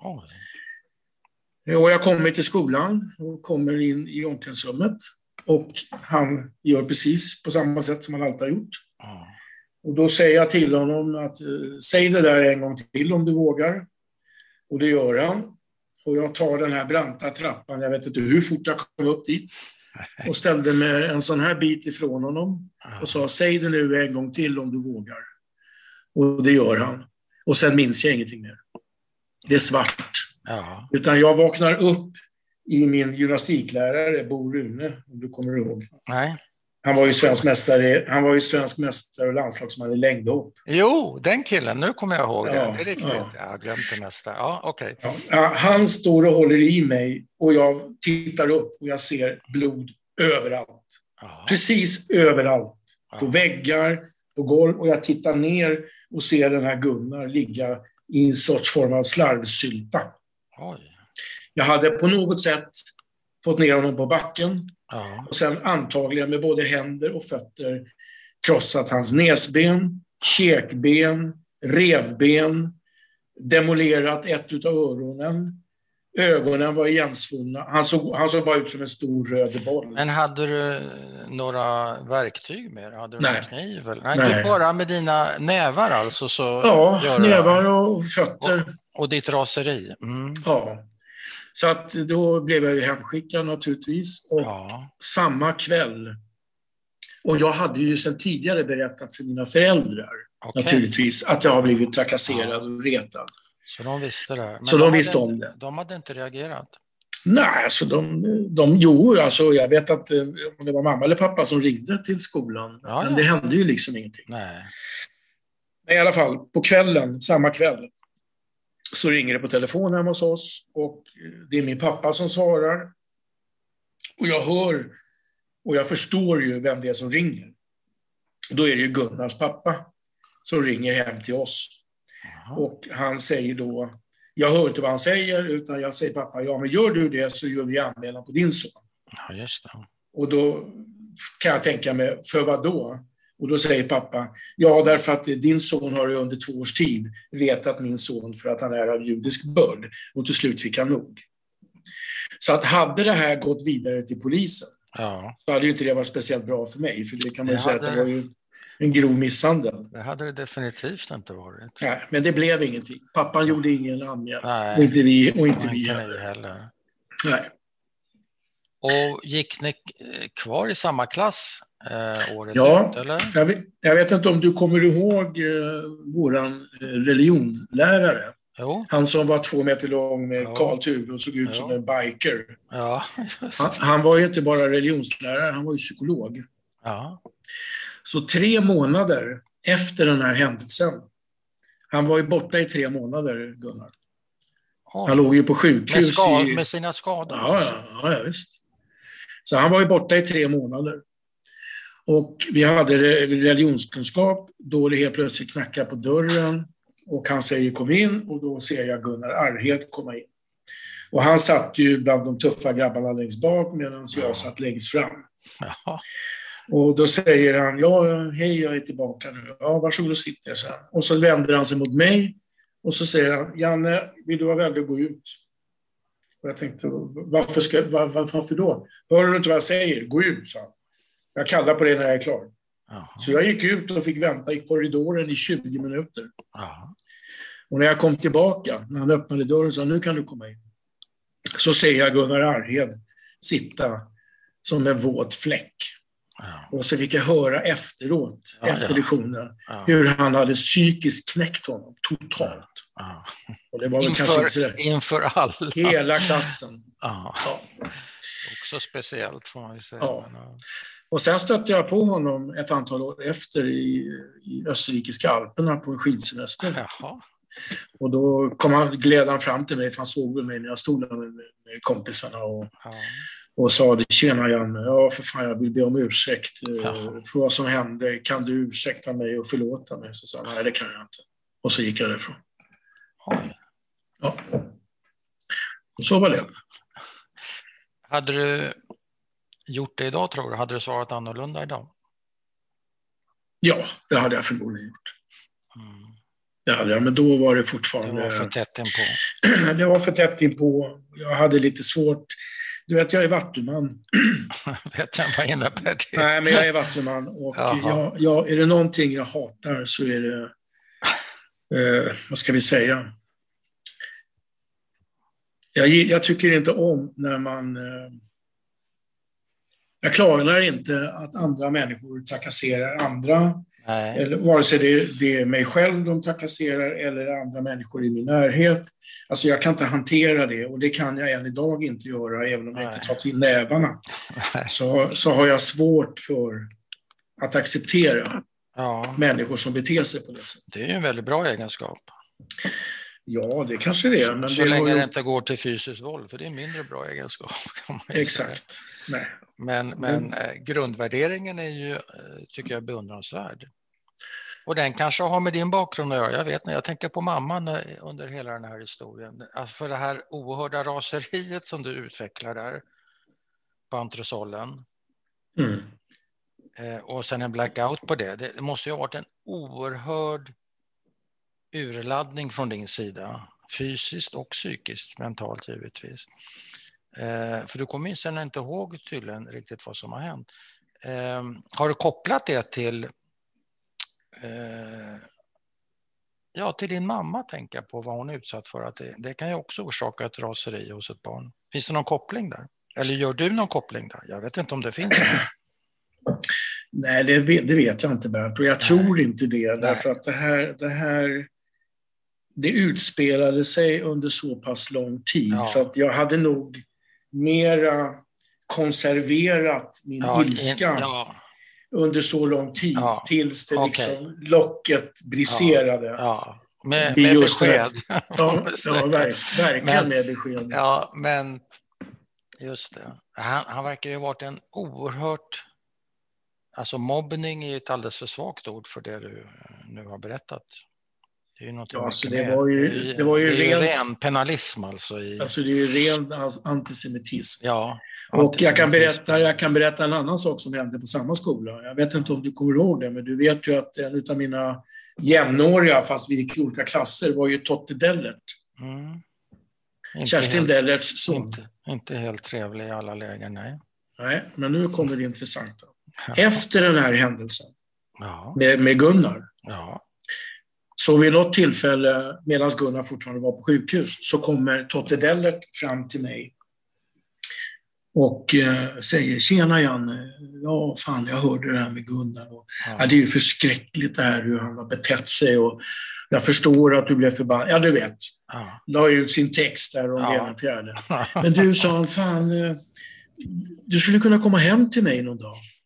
Och jag kommer till skolan och kommer in i omklädningsrummet och han gör precis på samma sätt som han alltid har gjort. Och då säger jag till honom att säg det där en gång till om du vågar. Och det gör han. Och jag tar den här branta trappan, jag vet inte hur fort jag kom upp dit. Och ställde mig en sån här bit ifrån honom. Och sa säg det nu en gång till om du vågar. Och det gör han. Och sen minns jag ingenting mer. Det är svart. Utan jag vaknar upp i min gymnastiklärare, Bo Rune, om du kommer ihåg. Nej. Han var ju svensk mästare och landslagsman i längdhopp. Jo, den killen, nu kommer jag ihåg det. Det är riktigt. Jag har glömt det mesta. Okay. Han står och håller i mig och jag tittar upp och jag ser blod överallt. Precis överallt. På väggar, på golv, och jag tittar ner och ser den här Gunnar ligga i en sorts form av slarvsylta. Jag hade på något sätt fått ner honom på backen. Och sen antagligen med både händer och fötter krossat hans näsben, käkben, revben, demolerat ett utav öronen. Ögonen var igensvunna. Han såg bara ut som en stor röd boll. Men hade du några verktyg med? Hade du någon kniv? Nej, Nej. Bara med dina nävar alltså? Så ja, nävar och fötter. Och ditt raseri? Ja. Så att då blev jag ju hemskickad naturligtvis. Och samma kväll. Och jag hade ju sedan tidigare berättat för mina föräldrar naturligtvis att jag har blivit trakasserad och retad. Så de visste det? Men så de visste om det. De hade inte reagerat? Nej, alltså alltså jag vet att om det var mamma eller pappa som ringde till skolan. Men det hände ju liksom ingenting. Nej. Men i alla fall, på kvällen, samma kväll, så ringer det på telefon hemma hos oss och det är min pappa som svarar. Och jag hör och jag förstår ju vem det är som ringer. Då är det ju Gunnars pappa som ringer hem till oss. Och han säger då, jag hör inte vad han säger utan jag säger pappa, ja men gör du det så gör vi anmälan på din son. Ja, just det. Och då kan jag tänka mig, för vad då? Och då säger pappa, ja därför att din son har under 2 års tid retat min son för att han är av judisk börd. Och till slut fick han nog. Så att hade det här gått vidare till polisen så hade ju inte det varit speciellt bra för mig. För det kan man ju säga att det var ju en grov misshandel. Det hade det definitivt inte varit. Nej, men det blev ingenting. Pappan gjorde ingen anmälan. Nej, och inte vi heller. Nej. Och gick ni kvar i samma klass året ut, eller? Jag vet inte om du kommer ihåg våran religionslärare. Jo. Han som var 2 meter lång med kalt huvud och såg ut som en biker. Ja, han var ju inte bara religionslärare, han var ju psykolog. Ja. Så 3 månader efter den här händelsen, han var ju borta i 3 månader, Gunnar. Oj. Han låg ju på sjukhus med sina skador? Ja, visst. Så han var ju borta i 3 månader. Och vi hade religionskunskap, då det helt plötsligt knackar på dörren och han säger kom in, och då ser jag Gunnar Arhed komma in. Och han satt ju bland de tuffa grabbarna längst bak medan jag satt längst fram. Jaha. Och då säger han, ja, hej, jag är tillbaka nu. Ja, varsågod och sitt ner sen. Och så vänder han sig mot mig och så säger han, Janne, vill du vara vänlig att gå ut? Och jag tänkte, varför då? Hör du inte vad jag säger? Gå ut, sa han. Jag kallar på det när jag är klar. Aha. Så jag gick ut och fick vänta i korridoren i 20 minuter. Aha. Och när jag kom tillbaka, när han öppnade dörren, sa nu kan du komma in. Så ser jag Gunnar Arhed sitta som en våt fläck. Ja. Och så fick jag höra efteråt, efter lektionen, hur han hade psykiskt knäckt honom totalt. Ja. Och det var väl kanske inte sådär. Inför alla. Hela klassen. Ja. Också speciellt får man ju säga. Ja. Och sen stötte jag på honom ett antal år efter i österrikiska Alperna på en skidsemester. Jaha. Och då gled han fram till mig, för han såg väl mig när jag stod där med kompisarna och sa det, tjena Janne, ja för fan jag vill be om ursäkt för vad som hände, kan du ursäkta mig och förlåta mig? Så sa han, nej det kan jag inte. Och så gick jag därifrån. Oj. Ja. Och så var det. Hade du gjort det idag, tror du? Hade du svarat annorlunda idag? Ja, det hade jag förmodligen gjort. Mm. Det hade jag, men då var det fortfarande... Det var för tätt inpå. Det var för tätt inpå. Jag hade lite svårt. Du vet, jag är vattuman. Vet jag vad innebär det? Nej, men jag är vattuman. Och är det någonting jag hatar så är det... vad ska vi säga? Jag tycker inte om när man... jag klarar inte att andra människor trakasserar andra. Nej. Eller, vare sig det är mig själv de trakasserar eller andra människor i min närhet. Alltså jag kan inte hantera det, och det kan jag än idag inte göra, även om jag inte tar till nävarna. Så har jag svårt för att acceptera människor som beter sig på det sättet. Det är ju en väldigt bra egenskap. Ja, det kanske det är. Men så länge det inte går till fysiskt våld, för det är en mindre bra egenskap. Exakt. Nej. Men grundvärderingen är ju, tycker jag, beundransvärd. Och den kanske har med din bakgrund att göra. Jag vet inte, jag tänker på mamman under hela den här historien. Alltså för det här oerhörda raseriet som du utvecklar där på entresålen. Mm. Och sen en blackout på det. Det måste ju ha varit en oerhörd urladdning från din sida. Fysiskt och psykiskt, mentalt givetvis. För du kommer ju sen inte ihåg tydligen riktigt vad som har hänt. Har du kopplat det till till din mamma, tänker jag på vad hon är utsatt för? Att det kan ju också orsaka ett raseri hos ett barn. Finns det någon koppling där? Eller gör du någon koppling där? Jag vet inte om det finns. Nej, det vet jag inte, Bernt. Och jag tror inte det. Därför att det utspelade sig under så pass lång tid. Så att jag hade nog mera konserverat min ilska under så lång tid tills det liksom locket briserade. Med besked. Verkligen med besked. Ja, men just det. Han verkar ju ha varit en oerhört... Alltså mobbning är ju ett alldeles för svagt ord för det du nu har berättat. Det är ju något det var ju ren penalism alltså. Alltså det är ju ren antisemitism. Ja. Och jag kan berätta en annan sak som hände på samma skola. Jag vet inte om du kommer ihåg det, men du vet ju att en av mina jämnåriga, fast vi gick i olika klasser, var ju Totte Dellert. Kerstin Dellerts son. Inte helt trevlig i alla lägen, nej. Nej, men nu kommer det intressanta. Efter den här händelsen med Gunnar, så vid något tillfälle medan Gunnar fortfarande var på sjukhus, så kommer Totte Dellert fram till mig och säger, tjena Janne, ja fan jag hörde det här med Gunnar och, det är ju förskräckligt det här hur han har betett sig och jag förstår att du blev förbannad. Ja, du vet. La ut sin text där om det ena fjärde. Men du sa, fan, du skulle kunna komma hem till mig någon dag.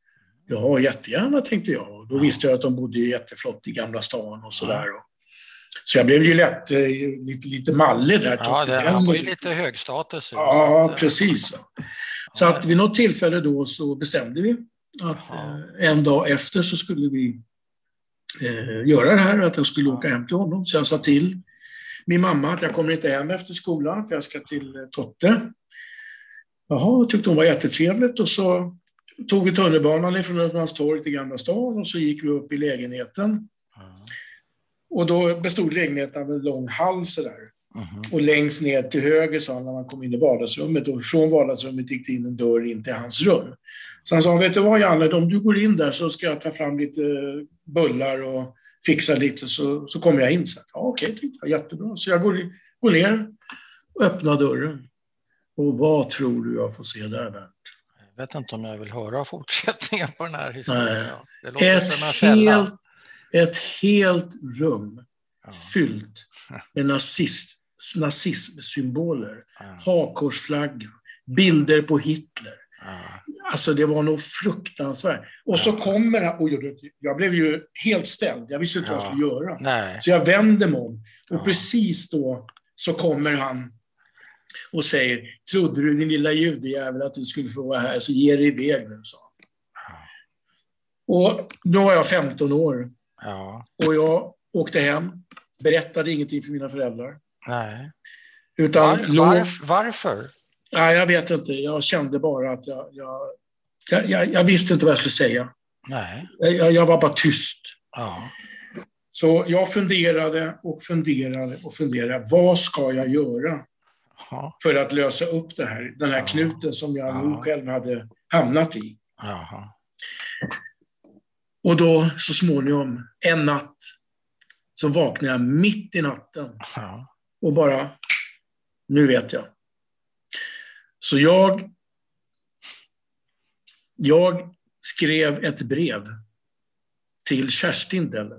Ja, jättegärna, tänkte jag. Då visste jag att de bodde jätteflott i Gamla stan och sådär. Så jag blev ju lätt lite mallig där. Ja, han var ju lite högstatus. Ja, precis. Så att vid något tillfälle då så bestämde vi att en dag efter så skulle vi göra det här, att jag skulle åka hem till honom. Så jag sa till min mamma att jag kommer inte hem efter skolan för jag ska till Totte. Jaha, tyckte hon var jättetrevligt, och så tog vi tunnelbanan från Östermalmstorg till Gamla stan och så gick vi upp i lägenheten. Och då bestod lägenheten av en lång hall sådär. Och längst ner till höger sa han när man kom in i vardagsrummet, och från vardagsrummet gick det in en dörr in till hans rum. Så han sa, vet du vad Janne, om du går in där så ska jag ta fram lite bullar och fixa lite, så kommer jag in. Så, ja, okej, tänkte jag, jättebra. Så jag går ner och öppnar dörren. Och vad tror du jag får se där, Bernt? Jag vet inte om jag vill höra fortsättningen på den här historien. Det låter som en fälla. Ett helt rum fyllt med nazismsymboler, hakkorsflagga, bilder på Hitler. Alltså det var nog fruktansvärt. Och så kommer han, och jag blev ju helt ställd. Jag visste inte vad jag skulle göra. Nej. Så jag vände mig om. Och precis då så kommer han och säger, trodde du din lilla judejävel att du skulle få vara här, så ge dig iväg nu, sa han. Och då var jag 15 år. Och jag åkte hem, berättade ingenting för mina föräldrar. Nej. Utan varför? Nej, jag vet inte. Jag kände bara att jag visste inte vad jag skulle säga. Nej. Jag var bara tyst. Ja. Så jag funderade. Vad ska jag göra för att lösa upp det här? Den här knuten som jag nog själv hade hamnat i. Och då så småningom en natt så vaknade jag mitt i natten. Och bara, nu vet jag. Så jag skrev ett brev till Kerstin Dellert.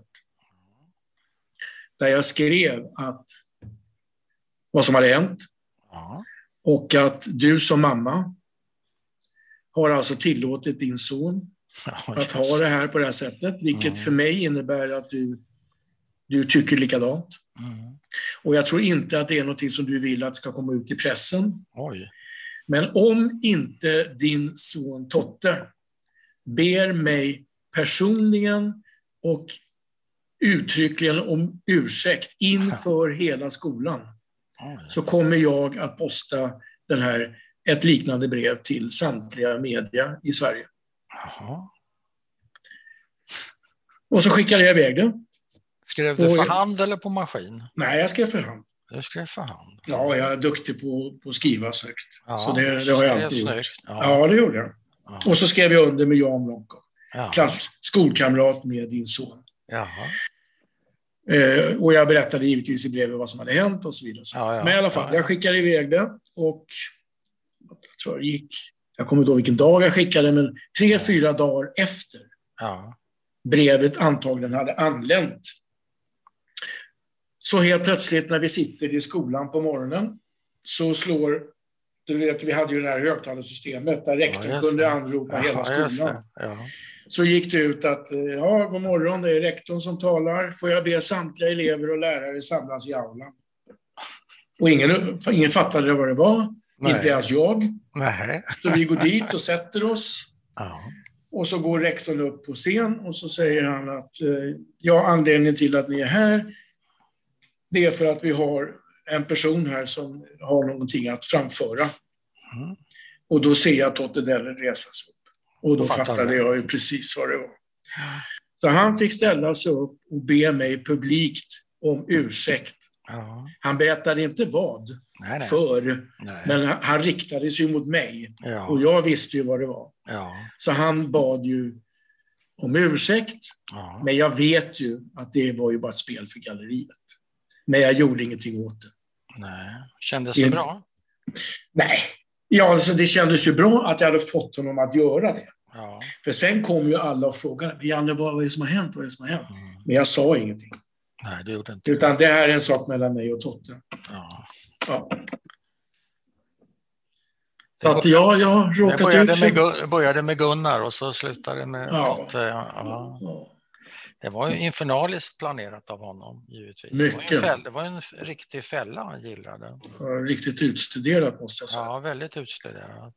Där jag skrev att vad som hade hänt. Och att du som mamma har alltså tillåtit din son att ha det här på det här sättet. Vilket för mig innebär att du tycker likadant. Och jag tror inte att det är något som du vill att ska komma ut i pressen. Men om inte din son Totte ber mig personligen och uttryckligen om ursäkt inför hela skolan, så kommer jag att posta ett liknande brev till samtliga media i Sverige. Och så skickade jag iväg det. Skrev du för hand eller på maskin? Nej, jag skrev för hand. Du skrev för hand? Ja, jag är duktig på att skriva snyggt. Så det har jag alltid gjort. Ja, det gjorde jag. Och så skrev jag under med Jan Blomkov. Skolkamrat med din son. Och jag berättade givetvis i brevet vad som hade hänt och så vidare. Men i alla fall, jag skickade iväg det. Och jag tror jag kommer inte ihåg vilken dag jag skickade, men 3-4 dagar efter brevet antagligen hade anlänt. Så helt plötsligt när vi sitter i skolan på morgonen så slår, du vet, vi hade ju det här högtalarsystemet där rektorn kunde anropa hela skolan. Så gick det ut att, god morgon, det är rektorn som talar. Får jag be samtliga elever och lärare samlas i aulan? Och ingen fattade vad det var. Inte ens jag. Så vi går dit och sätter oss. Och så går rektorn upp på scen och så säger han att anledningen till att ni är här, det är för att vi har en person här som har någonting att framföra. Och då ser jag Totte Dellert resa sig upp. Och då fattade jag ju precis vad det var. Så han fick ställa sig upp och be mig publikt om ursäkt. Han berättade inte vad men han riktade sig mot mig. Och jag visste ju vad det var. Så han bad ju om ursäkt. Men jag vet ju att det var ju bara ett spel för galleriet. Men jag gjorde ingenting åt det. Kändes det bra? Nej. Ja, alltså det kändes ju bra att jag hade fått honom att göra det. För sen kom ju alla och frågade, Janne, vad är det som har hänt? Men jag sa ingenting. Nej, det gjorde inte. Utan det här är en sak mellan mig och Totte. Så att jag har råkat ut för... Det började med Gunnar och så slutade det med Ja. ja. Det var ju infernaliskt planerat av honom, givetvis. Mycket. Det var en riktig fälla han gillade. Riktigt utstuderat, måste jag säga. Ja, väldigt utstuderat.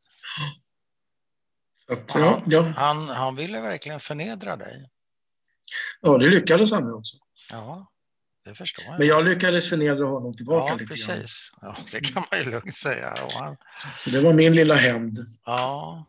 Att, han ville verkligen förnedra dig. Ja, det lyckades han också. Ja, det förstår jag. Men jag lyckades förnedra honom tillbaka lite precis. grann. Ja, det kan man ju lugnt säga. Så det var min lilla hämnd. Ja.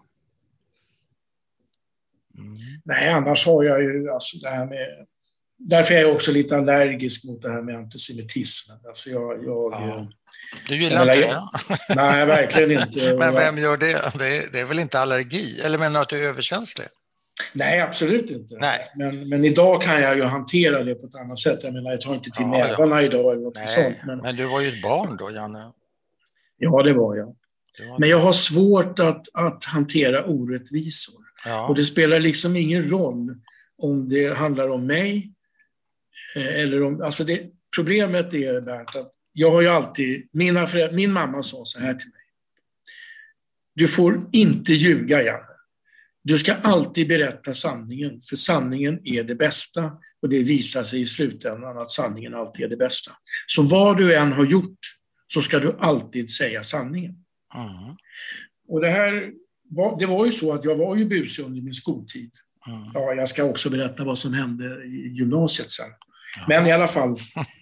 Nej, annars har jag ju alltså det här med... Därför är jag också lite allergisk mot det här med antisemitismen. Alltså Du gillar inte det? Nej, verkligen inte. Men vem gör det? Det är väl inte allergi? Eller menar du att du är överkänslig? Nej, absolut inte. Nej. Men idag kan jag ju hantera det på ett annat sätt. Jag menar, jag tar inte till nävarna idag eller något sånt. Men du var ju ett barn då, Janne. Ja, det var jag. Men jag har svårt att hantera orättvisor. Ja. Och det spelar liksom ingen roll om det handlar om mig eller om... Alltså problemet är, Bernt, att jag har ju alltid... Min mamma sa så här till mig. Du får inte ljuga, Janne. Du ska alltid berätta sanningen, för sanningen är det bästa och det visar sig i slutändan att sanningen alltid är det bästa. Så vad du än har gjort så ska du alltid säga sanningen. Mm. Och det var ju så att jag var ju busig under min skoltid. Mm. Ja, jag ska också berätta vad som hände i gymnasiet sen. Ja. Men i alla fall,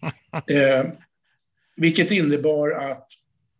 vilket innebar att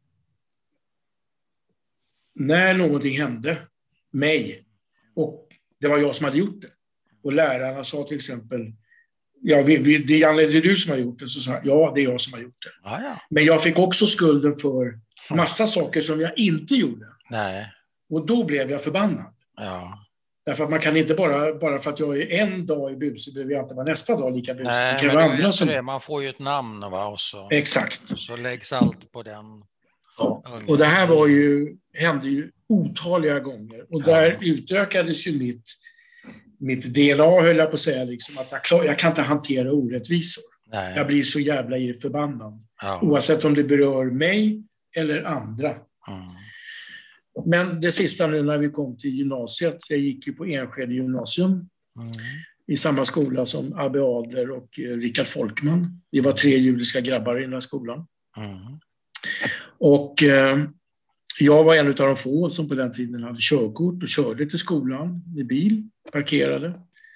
när någonting hände mig, och det var jag som hade gjort det, och lärarna sa till exempel, ja, det är du som har gjort det, så sa jag, ja, det är jag som har gjort det. Ah, ja. Men jag fick också skulden för massa saker som jag inte gjorde. Nej. Och då blev jag förbannad. Ja. Därför att man kan inte bara för att jag är en dag i busig behöver jag inte vara nästa dag lika busig. Nej, det kan vara andra som... Man får ju ett namn, va? Och så, exakt. Så läggs allt på den. Ja. Och det här hände ju otaliga gånger. Och där utökades ju mitt DNA, höll jag på att säga, liksom, att jag kan inte hantera orättvisor. Nej. Jag blir så jävla förbannad. Ja. Oavsett om det berör mig eller andra. Mm. Men det sista nu när vi kom till gymnasiet, jag gick ju på Enskede gymnasium i samma skola som Abbe Adler och Richard Folkman. Vi var 3 judiska grabbar i den här skolan. Mm. Och jag var en av de få som på den tiden hade körkort och körde till skolan med bil, parkerade.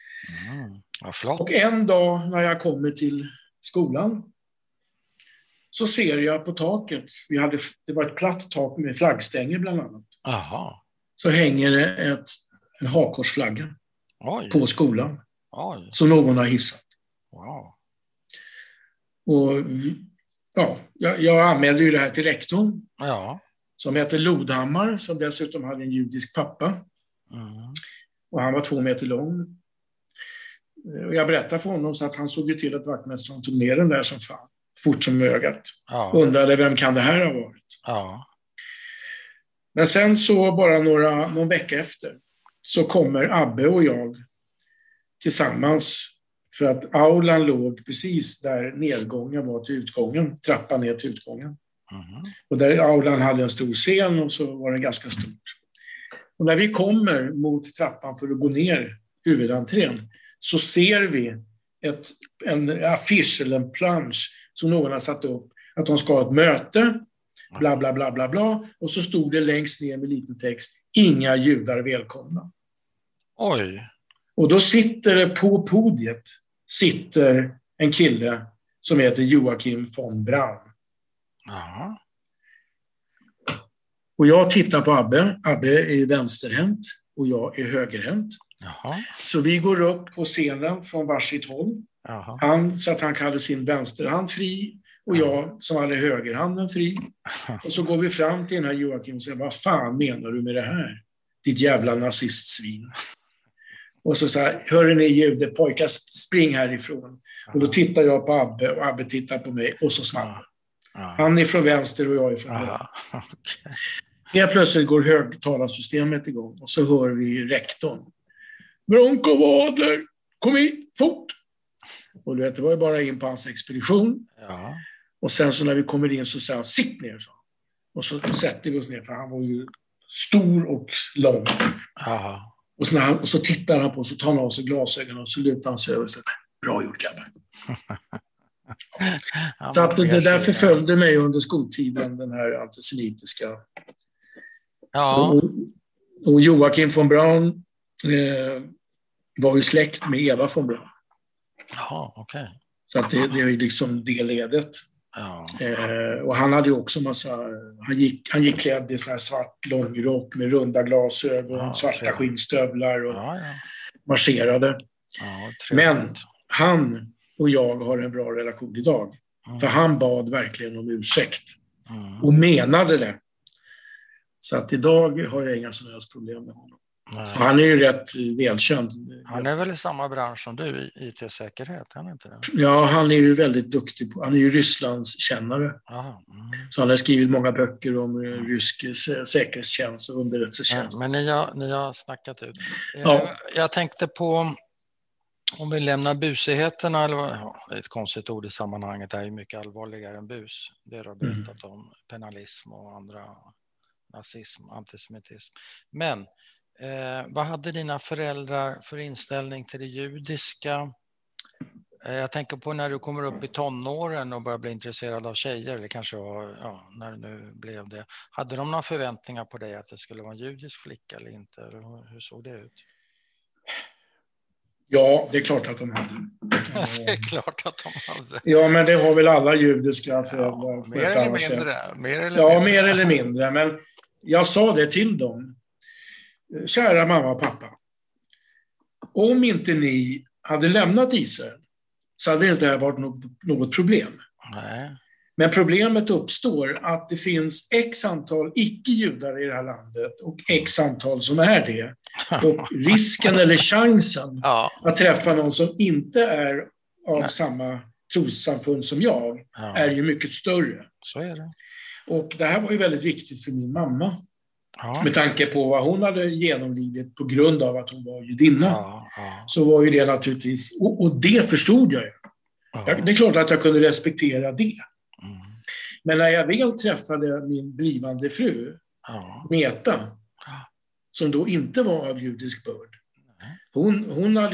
Ja, flott. Och en dag när jag kommer till skolan så ser jag på taket, det var ett platt tak med flaggstänger bland annat. Aha. Så hänger det en hakkorsflagga på skolan. Oj. Som någon har hissat. Wow. Och ja, jag anmälde ju det här till rektorn. Ja. Som heter Lodhammar, som dessutom hade en judisk pappa. Mm. Och han var 2 meter lång. Och jag berättade för honom så att han såg ju till att vaktmästaren tog ner den där som fan. Fort som ögat. Ja. Undrade vem kan det här ha varit. Ja. Men sen så bara någon vecka efter så kommer Abbe och jag tillsammans, för att aulan låg precis där nedgången var till utgången, trappan ner till utgången. Mm. Och där aulan hade en stor scen och så var den ganska stort. Och när vi kommer mot trappan för att gå ner huvudentrén så ser vi en affisch eller en plansch som någon har satt upp att de ska ha ett möte, bla bla bla bla bla, och så stod det längst ner med liten text: inga judar välkomna. Oj. Och då sitter det på podiet en kille som heter Joakim von Braun. Aha. Och jag tittar på Abbe. Abbe är vänsterhänt och jag är högerhänt. Jaha. Så vi går upp på scenen från varsitt håll. Jaha. Han så att han hade sin vänsterhand fri och jag som hade högerhanden fri. Och så går vi fram till den här Joakim och säger: vad fan menar du med det här? Ditt jävla nazistsvin. Och så säger: hörru ni judepojkar, spring härifrån. Och då tittar jag på Abbe och Abbe tittar på mig och så smaller. Han är från vänster och jag är från höger. Okay. Helt plötsligt går högtalarsystemet igång och så hör vi rektorn: Bronco Adler, kom hit, fort! Och du vet, det var ju bara in på hans expedition. Ja. Och sen så när vi kommer in så säger han: sitt ner, så. Och så sätter vi oss ner, för han var ju stor och lång. Aha. Och så tittar han på, så tar han av sig glasögonen och så lutar han sig över och säger: bra gjort, grabbar. Så att det där förföljde mig under skoltiden, den här antisemitiska. Ja. Och Joakim von Braun var ju släkt med Eva von Braun. Ja, okej. Så att det är liksom det ledet. Ja. Och han hade ju också han gick klädd i sån här svart långrock med runda glasögon, svarta skinnstövlar och marscherade. Ja, men han och jag har en bra relation idag. För han bad verkligen om ursäkt. Och menade det. Så att idag har jag inga som helst problem med honom. Han är ju rätt välkänd. Han är väl i samma bransch som du, i IT-säkerhet, han är inte det? Ja, han är ju väldigt duktig på. Han är ju Rysslands kännare. Så han har skrivit många böcker om rysk säkerhetstjänst och underrättelsetjänst. Men ni har snackat ut. Ja. Jag tänkte på, om vi lämnar busigheterna, eller det är ett konstigt ord i sammanhanget, det är ju mycket allvarligare än bus. Det du har berättat om penalism och andra, nazism, antisemitism. Men vad hade dina föräldrar för inställning till det judiska? Jag tänker på när du kommer upp i tonåren och börjar bli intresserad av tjejer, eller kanske när det nu blev det. Hade de några förväntningar på dig att det skulle vara en judisk flicka eller inte? Eller hur såg det ut? Ja, det är klart att de hade. Det är klart att de hade. Ja, men det har väl alla judiska föräldrar. Ja, mer eller mindre. Ja, mer eller mindre. Men jag sa det till dem. Kära mamma och pappa. Om inte ni hade lämnat Israel så hade det inte varit något problem. Nej. Men problemet uppstår att det finns x antal icke-judar i det här landet och x antal som är det. Och risken eller chansen att träffa någon som inte är av samma trossamfund som jag är ju mycket större. Så är det. Och det här var ju väldigt viktigt för min mamma. Med tanke på vad hon hade genomlidit på grund av att hon var judinna. Så var ju det naturligtvis, och det förstod jag ju. Det är klart att jag kunde respektera det. Men när jag väl träffade min blivande fru, Meta, som då inte var av judisk börd. Hon hade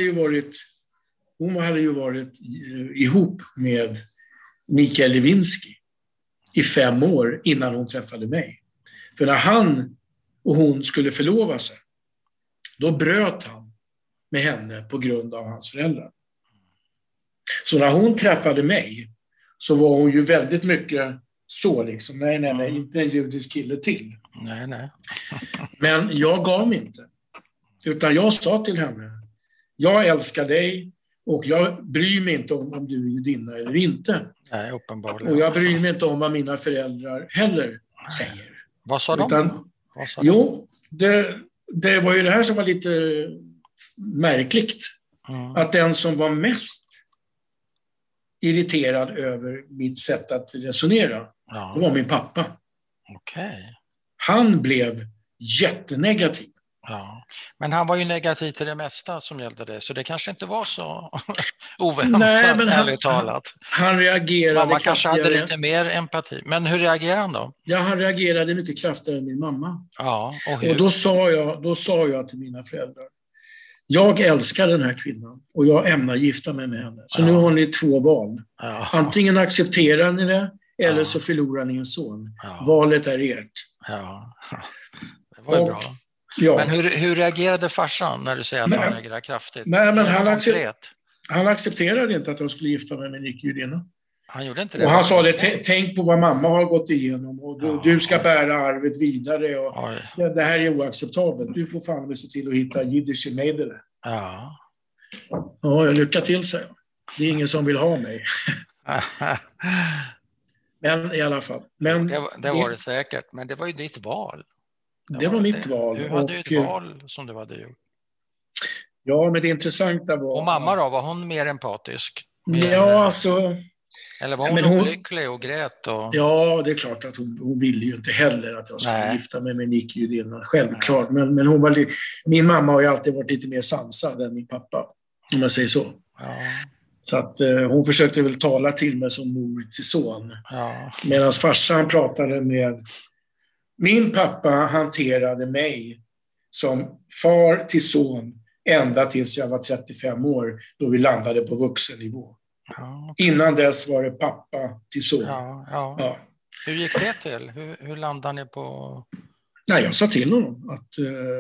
ju varit ihop med Mikael Lewinsky i 5 år innan hon träffade mig. För när han och hon skulle förlova sig, då bröt han med henne på grund av hans föräldrar. Så när hon träffade mig så var hon ju väldigt mycket så liksom, nej, inte en judisk kille till. Nej. Men jag gav mig inte. Utan jag sa till henne, jag älskar dig och jag bryr mig inte om du är judinna eller inte. Nej, uppenbarligen. Och jag bryr mig inte om vad mina föräldrar heller säger. Vad sa de? Jo, det var ju det här som var lite märkligt. Att den som var mest irriterad över mitt sätt att resonera, det var min pappa. Okej. Han blev jättenegativ. Ja. Men han var ju negativ till det mesta som gällde det, så det kanske inte var så oväntat, ärligt talat. Han reagerade. Mamma kanske hade lite mer empati. Men hur reagerade han då? Ja, han reagerade mycket kraftigare än min mamma. Ja, och hur? Och då sa jag till mina föräldrar, jag älskar den här kvinnan och jag ämnar gifta mig med henne. Så nu har ni 2 val. Antingen accepterar ni det eller så förlorar ni en son. Valet är ert. Ja, det var ju bra. Ja. Men hur reagerade farsan när du säger att han reagerar kraftigt? Nej, men han accepterade inte att jag skulle gifta mig med en icke-judinna. Han gjorde inte det. Och han sa det, tänk på vad mamma har gått igenom och du ska bära arvet vidare. Och det här är oacceptabelt. Du får fan se till att hitta jiddisch medel. Ja, jag lycka till, sig. Det är ingen som vill ha mig. Men i alla fall. Men det var det säkert, men det var ju ditt val. Det var mitt val. Du hade ju ett val som du hade gjort. Ja, men det intressanta var... Och mamma då, var hon mer empatisk? Eller var hon olycklig och grät? Ja, det är klart att hon ville ju inte heller att jag skulle gifta mig med en icke-judinna. Självklart. Men hon var min mamma har ju alltid varit lite mer sansad än min pappa. Om man säger så. Ja. Så att hon försökte väl tala till mig som mor till son. Ja. Medan farsan pratade med Min pappa hanterade mig som far till son ända tills jag var 35 år, då vi landade på vuxennivå. Ja, okay. Innan dess var det pappa till son. Ja. Hur gick det till? Hur landade ni på... Nej, jag sa till honom att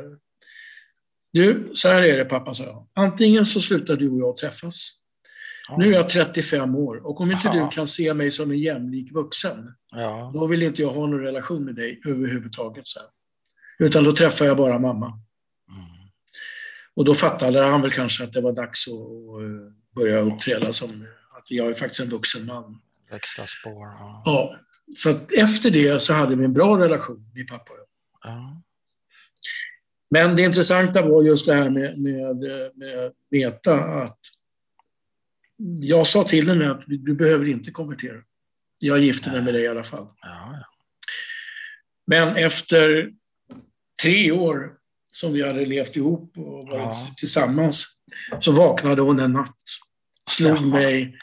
du, så här är det pappa, sa jag. Antingen så slutar du och jag träffas. Nu är jag 35 år och om inte du kan se mig som en jämlik vuxen, då vill inte jag ha någon relation med dig överhuvudtaget. Så här. Utan då träffar jag bara mamma. Och då fattade han väl kanske att det var dags att börja uppträda som att jag är faktiskt en vuxen man. Växla spår. Ja, så att efter det så hade vi en bra relation, min pappa och jag. Men det intressanta var just det här med Meta, att jag sa till henne att du behöver inte konvertera. Jag gifte mig med dig i alla fall. Men efter 3 år som vi hade levt ihop och varit tillsammans, så vaknade hon en natt, slog mig,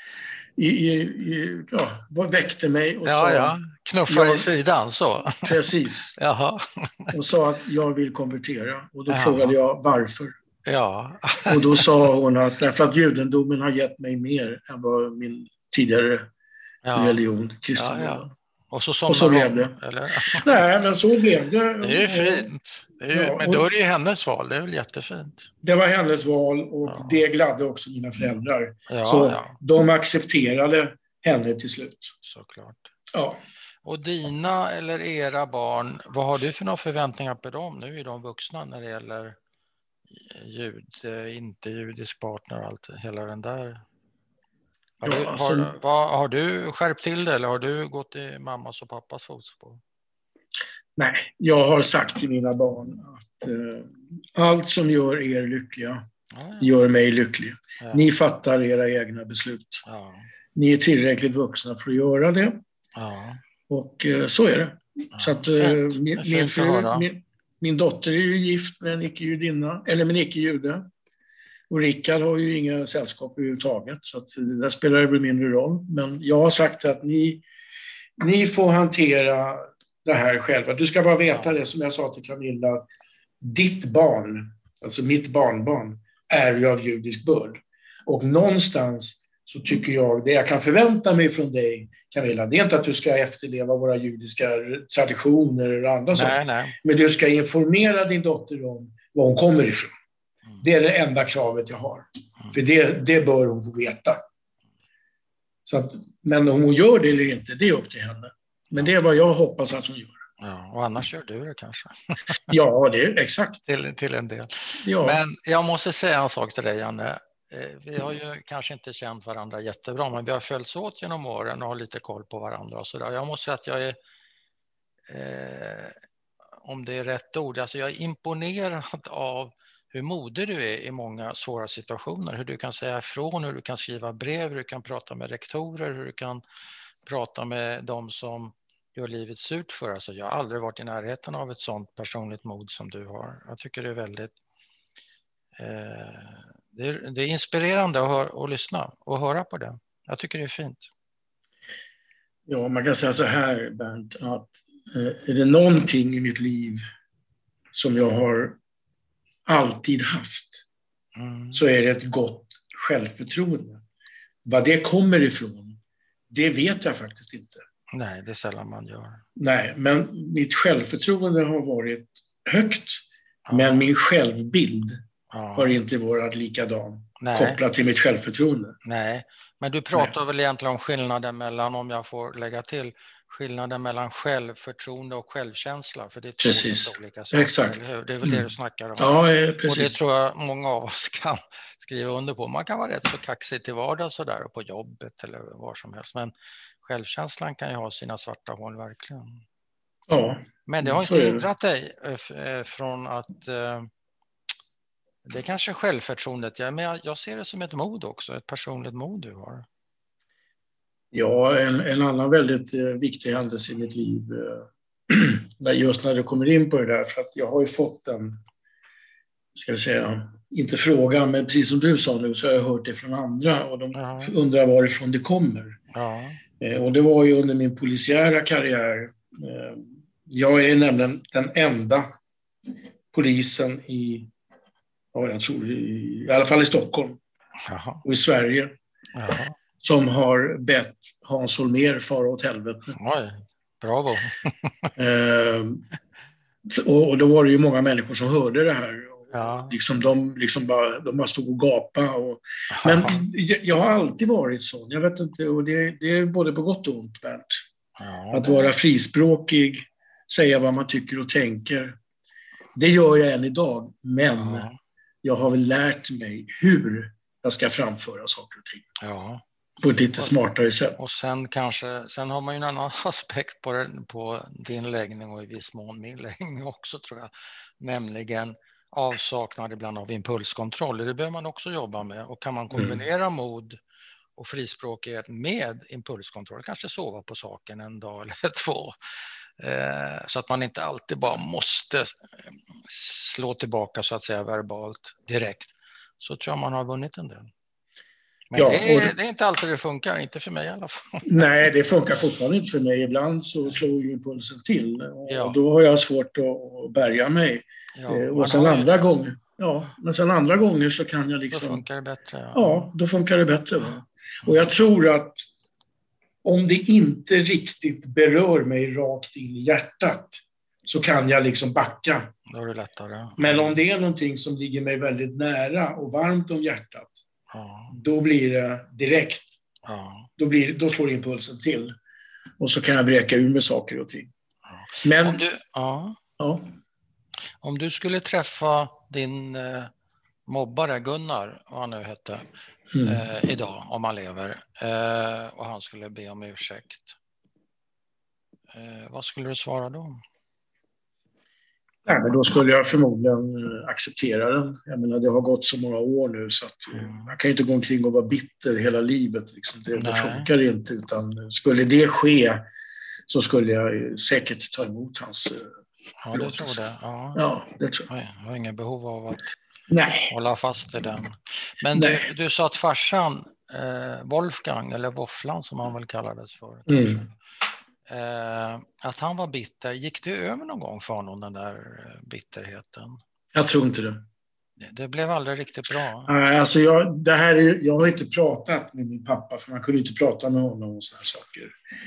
väckte mig och sa... Knuffade i sidan så. Precis. Och sa att jag vill konvertera. Och då frågade jag varför. Och då sa hon att därför att judendomen har gett mig mer än vad min tidigare religion, kristendomen. Och så blev det. Eller? Nej, men så blev det. Det är ju fint. Men då är det ju hennes val. Det är väl jättefint. Det var hennes val och det gladde också mina föräldrar. De accepterade henne till slut. Såklart. Ja. Och dina eller era barn, vad har du för några förväntningar på dem? Nu är de vuxna när det gäller inte judisk partner och allt, hela den där. Har du skärpt till det eller har du gått i mammas och pappas fotspår? Nej, jag har sagt till mina barn att allt som gör er lyckliga gör mig lycklig. Ni fattar era egna beslut. Ni är tillräckligt vuxna för att göra det. Och så är det. Så att min dotter är ju gift med en icke-judinna, eller med en icke-jude. Och Rickard har ju inga sällskap överhuvudtaget, så att där spelar det väl mindre roll. Men jag har sagt att ni får hantera det här själva. Du ska bara veta det som jag sa till Camilla, att ditt barn, alltså mitt barnbarn, är ju av judisk börd. Och någonstans så tycker jag, det jag kan förvänta mig från dig, Camilla, det är inte att du ska efterleva våra judiska traditioner eller andra saker. Men du ska informera din dotter om var hon kommer ifrån. Det är det enda kravet jag har. För det bör hon få veta. Så att, men om hon gör det eller inte, det är upp till henne. Men det är vad jag hoppas att hon gör. Ja, och annars gör du det kanske. Ja, det är exakt. Till en del. Ja. Men jag måste säga en sak till dig, Janne. Vi har ju kanske inte känt varandra jättebra, men vi har följts åt genom åren och har lite koll på varandra och sådär. Jag måste säga att jag är, om det är rätt ord, alltså jag är imponerad av hur modig du är i många svåra situationer. Hur du kan säga ifrån, hur du kan skriva brev, hur du kan prata med rektorer, hur du kan prata med de som gör livet surt för. Alltså jag har aldrig varit i närheten av ett sånt personligt mod som du har. Jag tycker det är väldigt... Det är inspirerande att lyssna och höra på det. Jag tycker det är fint. Ja, man kan säga så här, Bernt, att är det någonting i mitt liv som jag har alltid haft, så är det ett gott självförtroende. Vad det kommer ifrån, det vet jag faktiskt inte. Nej, det är sällan man gör. Nej, men mitt självförtroende har varit högt, men min självbild har inte varit likadan kopplat till mitt självförtroende. Nej, men du pratar väl egentligen om skillnaden mellan, om jag får lägga till, skillnaden mellan självförtroende och självkänsla. För det är två olika saker. Exakt. Det är väl det du snackar om. Ja, precis. Och det tror jag många av oss kan skriva under på. Man kan vara rätt så kaxig till vardags och där, och på jobbet eller var som helst. Men självkänslan kan ju ha sina svarta hål verkligen. Ja. Men det har inte hindrat dig från att... Det är kanske självförtroendet, men jag ser det som ett mod också, ett personligt mod du har. Ja, en annan väldigt viktig händelse i mitt liv, just när du kommer in på det där, för att jag har ju fått en, ska jag säga, inte fråga, men precis som du sa nu så har jag hört det från andra och de undrar varifrån det kommer. Och det var ju under min polisiära karriär Jag är nämligen den enda polisen jag tror i alla fall i Stockholm Jaha. och i Sverige Jaha. som har bett Hans Holmér fara åt helvete. Oj, bravo. Och då var det ju många människor som hörde det här. Ja. De bara stod och gapade. Men jag har alltid varit sån. Jag vet inte, och det är både på gott och ont, Bernt. Ja, att vara frispråkig, säga vad man tycker och tänker. Det gör jag än idag, men jag har väl lärt mig hur jag ska framföra saker och ting. Ja. På ett lite smartare sätt. Och sen har man ju en annan aspekt på din läggning och i viss mån min läggning också, tror jag. Nämligen avsaknad ibland av impulskontroll. Det behöver man också jobba med. Och kan man kombinera mod och frispråkighet med impulskontroll, kanske sova på saken en dag eller två. Så att man inte alltid bara måste slå tillbaka så att säga verbalt direkt. Så tror jag man har vunnit en del. Men det är inte alltid det funkar, inte för mig i alla fall. Nej, det funkar fortfarande inte för mig. Ibland så slår ju impulsen till och då har jag svårt att bärga mig. Och sen andra gånger, men sen andra gånger så kan jag liksom... Då funkar det bättre. Ja, då funkar det bättre. Va? Och jag tror att om det inte riktigt berör mig rakt in i hjärtat så kan jag liksom backa. Då är det lättare. Men om det är någonting som ligger mig väldigt nära och varmt om hjärtat, då blir det direkt. Då slår impulsen till. Och så kan jag bräka ur med saker och ting. Men, om du skulle träffa din mobbare Gunnar, vad han nu hette, idag, om han lever, och han skulle be om ursäkt, vad skulle du svara då? Nej, men då skulle jag förmodligen acceptera den. Jag menar, det har gått så många år nu så att man kan ju inte gå omkring och vara bitter hela livet. Liksom. Det funkar inte. Utan skulle det ske så skulle jag säkert ta emot hans förlåtelse. Du tror det? Ja, det tror jag. Jag har ingen behov av att hålla fast i den. Men du sa att farsan, Wolfgang, eller Våfflan som han väl kallades för, att han var bitter. Gick det över någon gång för honom, den där bitterheten? Jag tror inte det. Det blev aldrig riktigt bra. Alltså jag har inte pratat med min pappa, för man kunde inte prata med honom om sådana saker.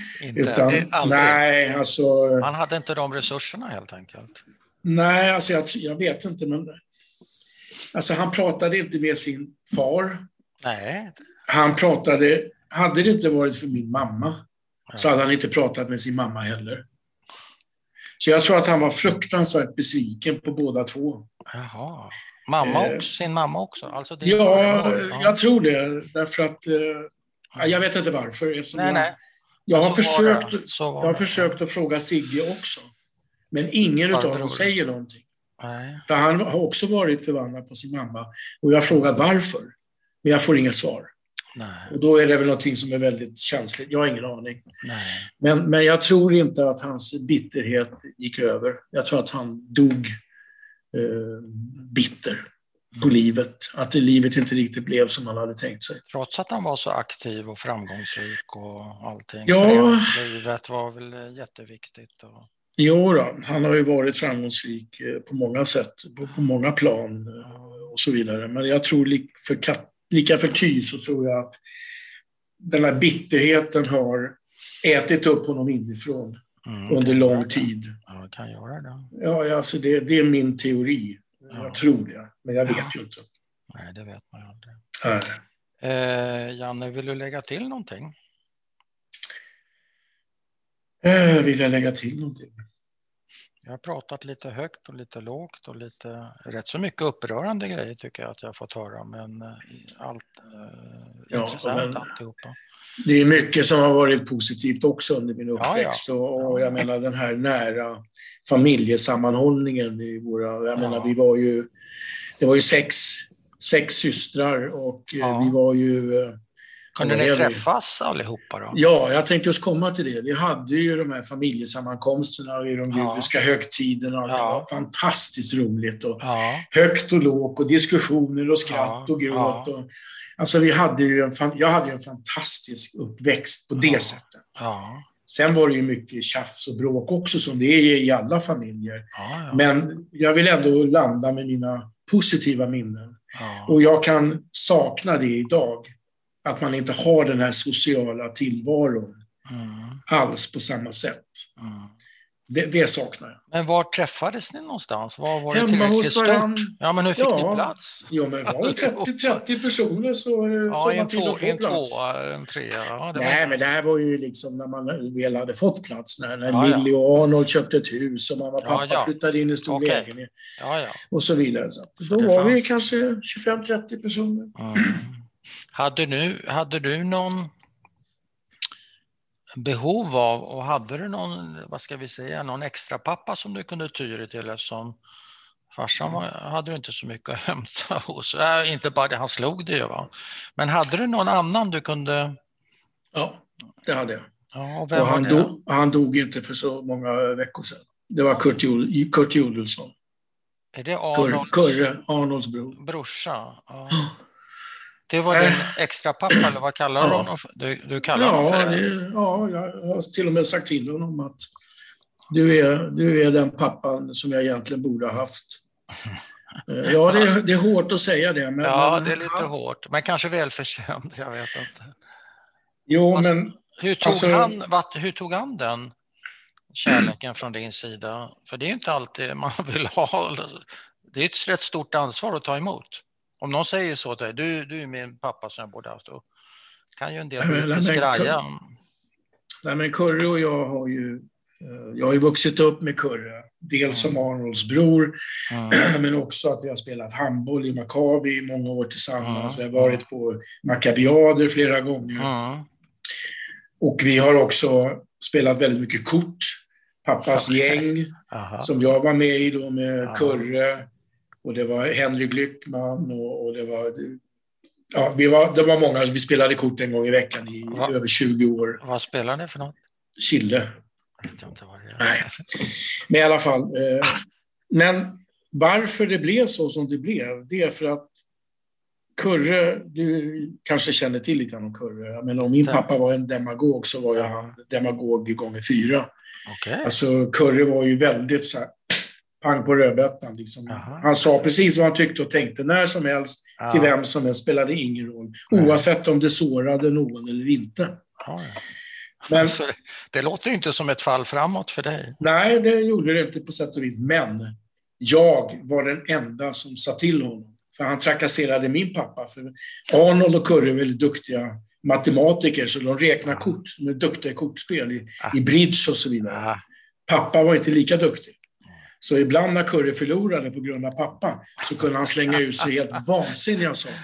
Nej, alltså... Han hade inte de resurserna helt enkelt. Nej, alltså jag vet inte, men... Alltså han pratade inte med sin far. Nej. Han pratade... Hade det inte varit för min mamma så hade han inte pratat med sin mamma heller. Så jag tror att han var fruktansvärt besviken på båda två. Jaha. Sin mamma också? Alltså jag tror det. Därför att... jag vet inte varför. Jag har försökt att fråga Sigge också. Men ingen av dem säger någonting. Nej. För han har också varit förbannad på sin mamma. Och jag har frågat varför. Men jag får inget svar. Nej. Och då är det väl någonting som är väldigt känsligt. Jag har ingen aning. Nej. Men jag tror inte att hans bitterhet gick över. Jag tror att han dog bitter på livet. Att livet inte riktigt blev som han hade tänkt sig. Trots att han var så aktiv och framgångsrik och allting. Ja. Livet var väl jätteviktigt. Jo då, han har ju varit framgångsrik på många sätt. På många plan och så vidare. Men jag tror lika förty så tror jag att den här bitterheten har ätit upp honom inifrån under lång tid. Ja, det kan göra det. Ja, alltså det är min teori. Jag tror det, men jag vet ju inte. Nej, det vet man ju aldrig. Janne, vill du lägga till någonting? Vill jag lägga till någonting? Jag har pratat lite högt och lite lågt och lite rätt så mycket upprörande grejer tycker jag att jag har fått höra, men intressant alltihopa. Det är mycket som har varit positivt också under min uppväxt och jag menar den här nära familjesammanhållningen i våra, jag menar det var ju sex systrar och vi var ju... Kunde ni träffas allihopa då? Ja, jag tänkte just komma till det. Vi hade ju de här familjesammankomsterna i de judiska högtiderna. Det var fantastiskt roligt. Och högt och lågt och diskussioner och skratt och gråt. Och, alltså jag hade ju en fantastisk uppväxt på det sättet. Sen var det ju mycket tjafs och bråk också, som det är i alla familjer. Ja. Men jag vill ändå landa med mina positiva minnen. Ja. Och jag kan sakna det idag. Att man inte har den här sociala tillvaron alls på samma sätt. Det saknar jag. Men var träffades ni någonstans? Var det Hemma tillräckligt hos varann. stort? Ja, men hur fick ni plats? Ja, men var det 30 personer så såg man till att få plats. Tvåa, en trea. Ja, Nej, men det här var ju liksom när man väl hade fått plats. När Lilly och Arnold köpte ett hus och mamma och pappa flyttade in i stor lägenhet. Och så vidare. Så då var vi kanske 25-30 personer. Hade du någon behov av, och hade du någon, vad ska vi säga, någon extra pappa som du kunde ty dig till, eftersom farsan hade du inte så mycket att hämta hos, inte bara det, han slog det ju, va? Men hade du någon annan du kunde? Ja, det hade jag. Ja, och han dog inte för så många veckor sedan. Det var Kurt Jodelsson. Är det Arnolds? Kurre, Arnolds brorsa? Ja. Det var din extra pappa, eller vad kallar du honom för? Du kallar honom för det? Ja, jag har till och med sagt till honom att du är den pappan som jag egentligen borde ha haft. Ja, det är hårt att säga det. Men, det är lite hårt, men kanske välförtjänt, jag vet inte. Jo, men... Hur tog han den kärleken från din sida? För det är ju inte alltid man vill ha. Det är ett rätt stort ansvar att ta emot. Om någon säger så till dig, du är min pappa som jag borde haft, då kan ju en del bli lite skraja. Nej, men Kurre och jag har ju vuxit upp med Kurre. Dels som Arnolds bror, men också att vi har spelat handboll i Maccabi i många år tillsammans. Vi har varit på Maccabiader flera gånger. Och vi har också spelat väldigt mycket kort. Pappas gäng, som jag var med i då med Kurre. Och det var Henrik Lyckman och det var... Ja, det var många. Vi spelade kort en gång i veckan i över 20 år. Vad spelade ni för något? Chille. Jag vet inte vad det är. Nej. Men i alla fall. Men varför det blev så som det blev, det är för att Kurre, du kanske känner till lite om Kurre. Men om min pappa var en demagog så var jag demagog gånger 4. Okay. Alltså Kurre var ju väldigt så här, pang på rödbetan. Liksom. Han sa precis vad han tyckte och tänkte när som helst till vem som helst, spelade ingen roll. Oavsett om det sårade någon eller inte. Men, alltså, det låter ju inte som ett fall framåt för dig. Nej, det gjorde det inte på sätt och vis. Men jag var den enda som sa till honom. För han trakasserade min pappa. För Arnold och Kurre är väldigt duktiga matematiker, så de räknar kort. De är duktiga i kortspel, i bridge och så vidare. Pappa var inte lika duktig. Så ibland när Kurre förlorade på grund av pappa så kunde han slänga ut sig helt vansinniga saker.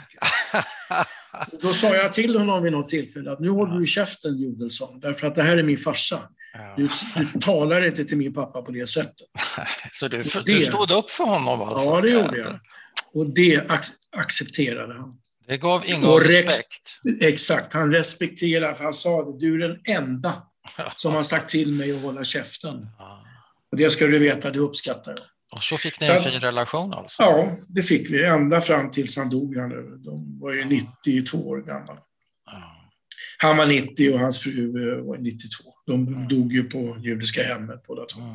Då sa jag till honom vid något tillfälle att nu håller du käften, Jodelsson, därför att det här är min farsa. Du talar inte till min pappa på det sättet. Så du stod upp för honom alltså? Ja, det gjorde jag. Och det accepterade han. Det gav ingen respekt. Exakt, han respekterade, för han sa att du är den enda som har sagt till mig att hålla käften. Och det ska du veta, det uppskattar jag. Och så fick ni en fin relation alltså? Ja, det fick vi ända fram tills han dog. De var ju 92 år gamla. Han var 90 och hans fru var 92. De dog ju på judiska hemmet båda två.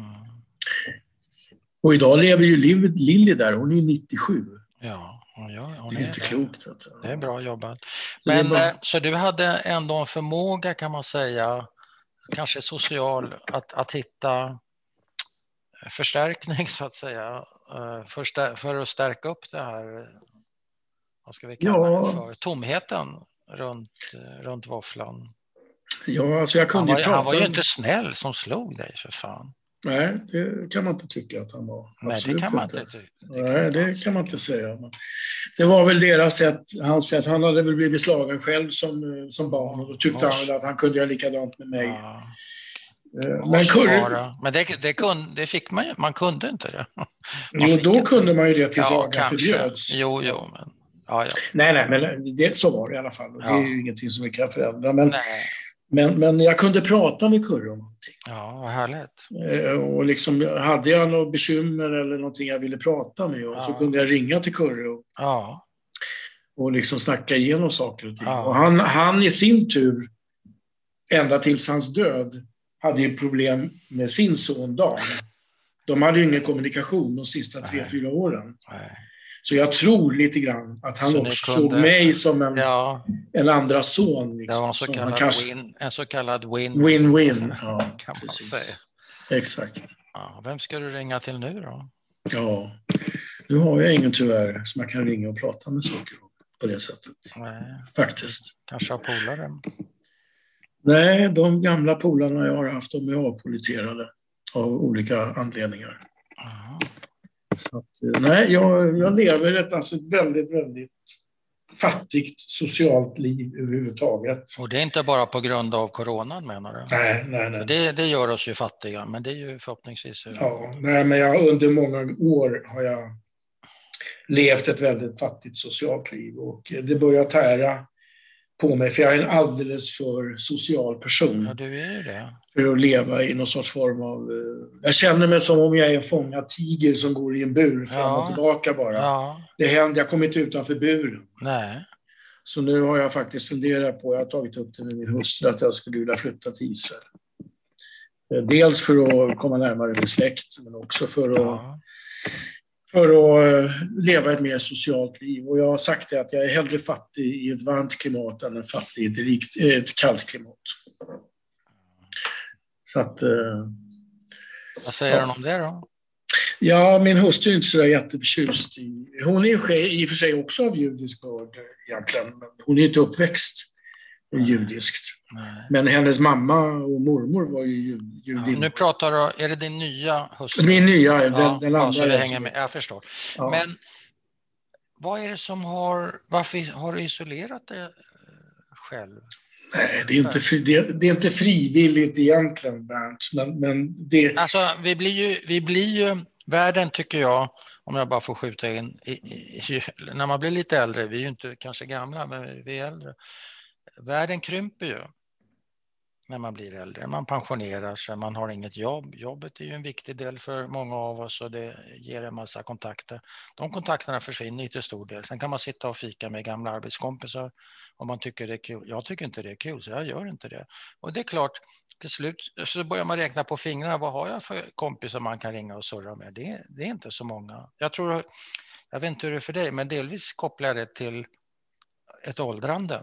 Och idag lever ju Lilly där, hon är 97. Ja, hon det är inte klokt. Vet du. Det är bra jobbat. Men så du hade ändå en förmåga, kan man säga, kanske social, att hitta förstärkning så att säga, för att stärka upp det här, vad ska vi kalla det för, tomheten runt våfflan. Ja, alltså jag kunde han var ju inte snäll som slog dig, för fan. Nej, det kan man inte tycka att han var. Nej, det kan man inte. Nej, det kan man inte säga. Men det var väl deras sätt, hans sätt. Han hade väl blivit slagen själv som barn, och då tyckte han väl att han kunde göra likadant med mig. Ja. Men det fick man ju, man kunde inte det. Jo, då kunde man ju det tills agan förbjöds. Jo, men Nej, men så var det i alla fall. Det är ju ingenting som vi kan förändra. Men jag kunde prata med Kurre om någonting. Ja, vad härligt. Och liksom, hade jag något bekymmer eller någonting jag ville prata med, så kunde jag ringa till Kurre och liksom snacka igenom saker och ting. Och han i sin tur ända tills hans död hade ju problem med sin son Dan. De hade ju ingen kommunikation de sista 3-4 åren. Nej. Så jag tror lite grann att han Så också såg mig som en andra son. Det var en så kallad win-win. Win-win, ja, kan man precis. säga. Exakt. Ja, vem ska du ringa till nu då? Ja, nu har jag ingen tyvärr som jag kan ringa och prata med saker om på det sättet. Nej. Faktiskt. Kanske har polare? Nej, de gamla polarna jag har haft, de är avpoliterade av olika anledningar. Aha. Så att, nej, jag lever ett väldigt, väldigt fattigt socialt liv överhuvudtaget. Och det är inte bara på grund av coronan, menar du? Nej. För det gör oss ju fattiga, men det är ju förhoppningsvis... Ja, nej, men under många år har jag levt ett väldigt fattigt socialt liv och det börjar tära på mig, för jag är en alldeles för social person. Ja, du är ju det. För att leva i någon sorts form av... Jag känner mig som om jag är en fångad tiger som går i en bur fram och tillbaka bara. Ja. Det händer, jag kommer inte utanför buren. Nej. Så nu har jag faktiskt funderat på, jag har tagit upp det med min hustru, att jag skulle vilja flytta till Israel. Dels för att komma närmare min släkt, men också för att leva ett mer socialt liv. Och jag har sagt det att jag är hellre fattig i ett varmt klimat än fattig i ett kallt klimat. Så att... Vad säger hon om det då? Ja, min hustru är inte så där jätteförtjust i... Hon är i och för sig också av judisk börd egentligen. Men hon är inte uppväxt judiskt. Nej. Men hennes mamma och mormor var ju judin. Ja, nu pratar du... Är det din nya hustru? Min nya, den andra. Så det hänger med. Jag förstår. Ja. Men vad är det som har... Varför har du isolerat dig själv? Nej, det är inte frivilligt egentligen, Bernt. Men det... Alltså, vi blir ju... Världen, tycker jag, om jag bara får skjuta in... när man blir lite äldre, vi är ju inte kanske gamla, men vi är äldre. Världen krymper ju när man blir äldre. Man pensionerar sig, man har inget jobb. Jobbet är ju en viktig del för många av oss och det ger en massa kontakter. De kontakterna försvinner till stor del. Sen kan man sitta och fika med gamla arbetskompisar om man tycker det är kul. Jag tycker inte det är kul, så jag gör inte det. Och det är klart, till slut så börjar man räkna på fingrarna. Vad har jag för kompisar man kan ringa och surra med? Det är inte så många. Jag vet inte hur det är för dig, men delvis kopplar det till ett åldrande.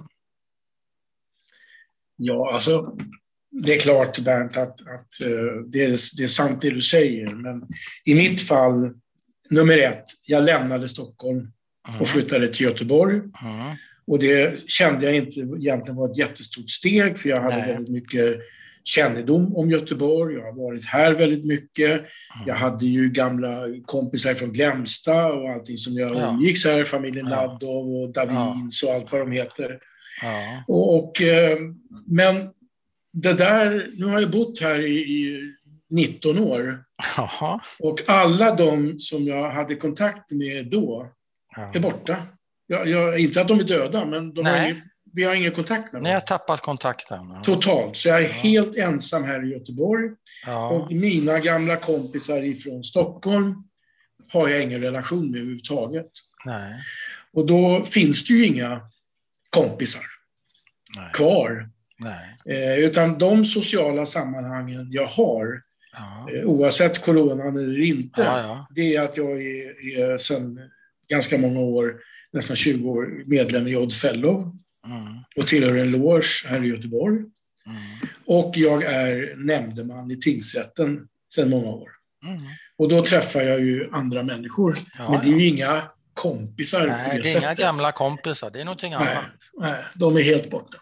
Ja, alltså det är klart, Bernt, att det är sant det du säger. Men i mitt fall, nummer 1, jag lämnade Stockholm och flyttade till Göteborg. Och det kände jag inte egentligen var ett jättestort steg, för jag hade väldigt mycket kännedom om Göteborg. Jag har varit här väldigt mycket. Jag hade ju gamla kompisar från Glämsta och allting som jag umgicks här. Familjen Ladov och Davins och allt vad de heter. Ja. Men det där, nu har jag bott här i 19 år. Aha. Och alla de som jag hade kontakt med då är borta. Inte att de är döda, men vi har ingen kontakt med dem. Ni har tappat kontakten. Ja. Totalt. Så jag är helt ensam här i Göteborg. Ja. Och mina gamla kompisar ifrån Stockholm har jag ingen relation med överhuvudtaget. Nej. Och då finns det ju inga kompisar kvar. Nej. Utan de sociala sammanhangen jag har, oavsett coronan eller inte, det är att jag är sedan ganska många år, nästan 20 år, medlem i Odd Fellow och tillhör en loge här i Göteborg. Och jag är nämndeman i tingsrätten sedan många år. Och då träffar jag ju andra människor, men det är ju inga kompisar. Nej, det är inga gamla kompisar, det är någonting annat. Nej, de är helt borta.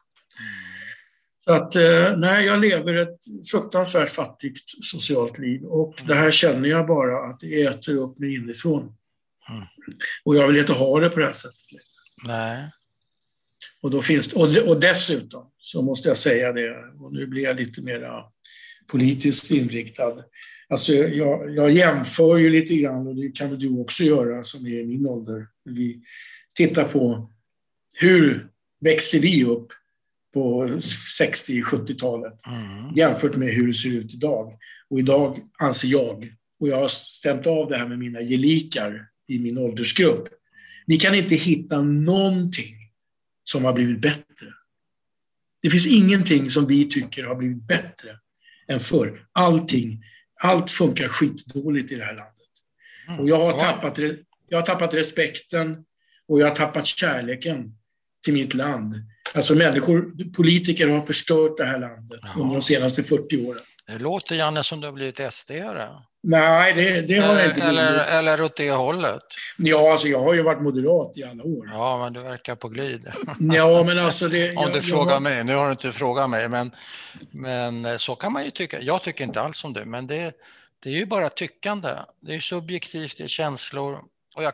Så att jag lever ett fruktansvärt fattigt socialt liv och det här känner jag bara att det äter upp mig inifrån. Och jag vill inte ha det på det här sättet. Nej. Och då finns och dessutom så måste jag säga det, och nu blir jag lite mer politiskt inriktad. Alltså jag jämför ju lite grann, och det kan du också göra som är i min ålder. Vi tittar på hur växte vi upp på 60-70-talet jämfört med hur det ser ut idag. Och idag anser jag, och jag har stämt av det här med mina gelikar i min åldersgrupp, vi kan inte hitta någonting som har blivit bättre. Det finns ingenting som vi tycker har blivit bättre än förr. Allt funkar skitdåligt i det här landet. Och jag har tappat respekten och jag har tappat kärleken till mitt land. Alltså politiker har förstört det här landet under de senaste 40 åren. Det låter, Janne, som du har blivit SD-are. Nej, det har jag inte blivit. Eller åt det hållet. Ja, alltså jag har ju varit moderat i alla år. Ja, men du verkar på glid. Ja, men alltså om du frågar mig. Nu har du inte frågat mig, men så kan man ju tycka. Jag tycker inte alls som du, men det är ju bara tyckande. Det är subjektivt, det är känslor. Och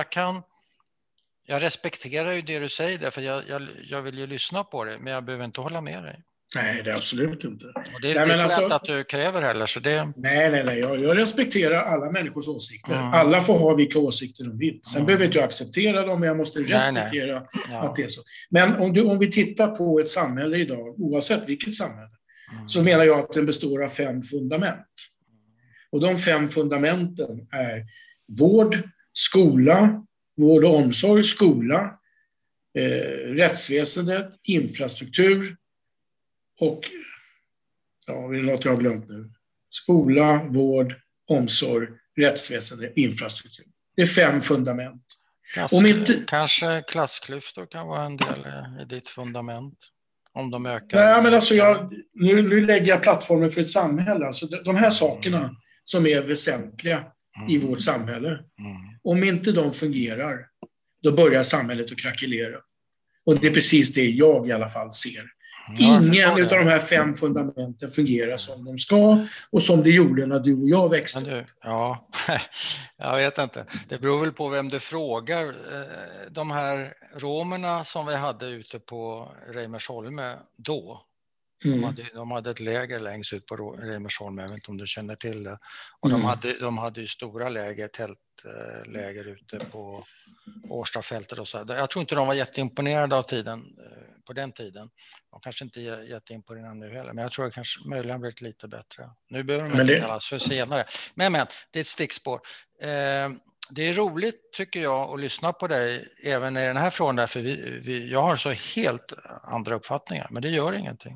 jag respekterar ju det du säger där, för jag vill ju lyssna på det, men jag behöver inte hålla med dig. Nej, det är absolut inte. Och det är inte lätt att du kräver heller. Så det... Nej. Jag respekterar alla människors åsikter. Alla får ha vilka åsikter de vill. Sen behöver inte jag acceptera dem, men jag måste respektera att det är så. Men om vi tittar på ett samhälle idag, oavsett vilket samhälle, så menar jag att den består av 5 fundament. Och de 5 fundamenten är vård, skola, vård och omsorg, skola, rättsväsendet, infrastruktur och det är något jag har glömt nu. Skola, vård, omsorg, rättsväsende, infrastruktur. Det är 5 fundament. Kanske klassklyftor kan vara en del i ditt fundament. Om de ökar. Nej, men alltså nu lägger jag plattformen för ett samhälle. Alltså de här sakerna som är väsentliga i vårt samhälle. Om inte de fungerar, då börjar samhället att krackelera. Och det är precis det jag i alla fall ser. Ingen av de här 5 fundamenten fungerar som de ska och som det gjorde när du och jag växte. Ja, jag vet inte. Det beror väl på vem du frågar. De här romerna som vi hade ute på Reimersholme då, de hade ett läger längst ut på Reimersholme, jag vet inte om du känner till det. Och de hade ju stora läger, tältläger ute på Årstafältet och så. Jag tror inte de var jätteimponerade av tiden på den tiden. De kanske inte är jätteimponerade nu heller, men jag tror det kanske möjligen blivit lite bättre. Nu behöver de inte kallas för senare. Men det är ett stickspår. Det är roligt tycker jag att lyssna på dig även i den här frågan, därför jag har så helt andra uppfattningar, men det gör ingenting.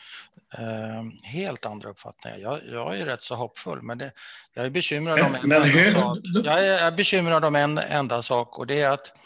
Helt andra uppfattningar. Jag är rätt så hoppfull, men jag är bekymrad om en enda sak. Jag är bekymrad om en enda sak, och det är att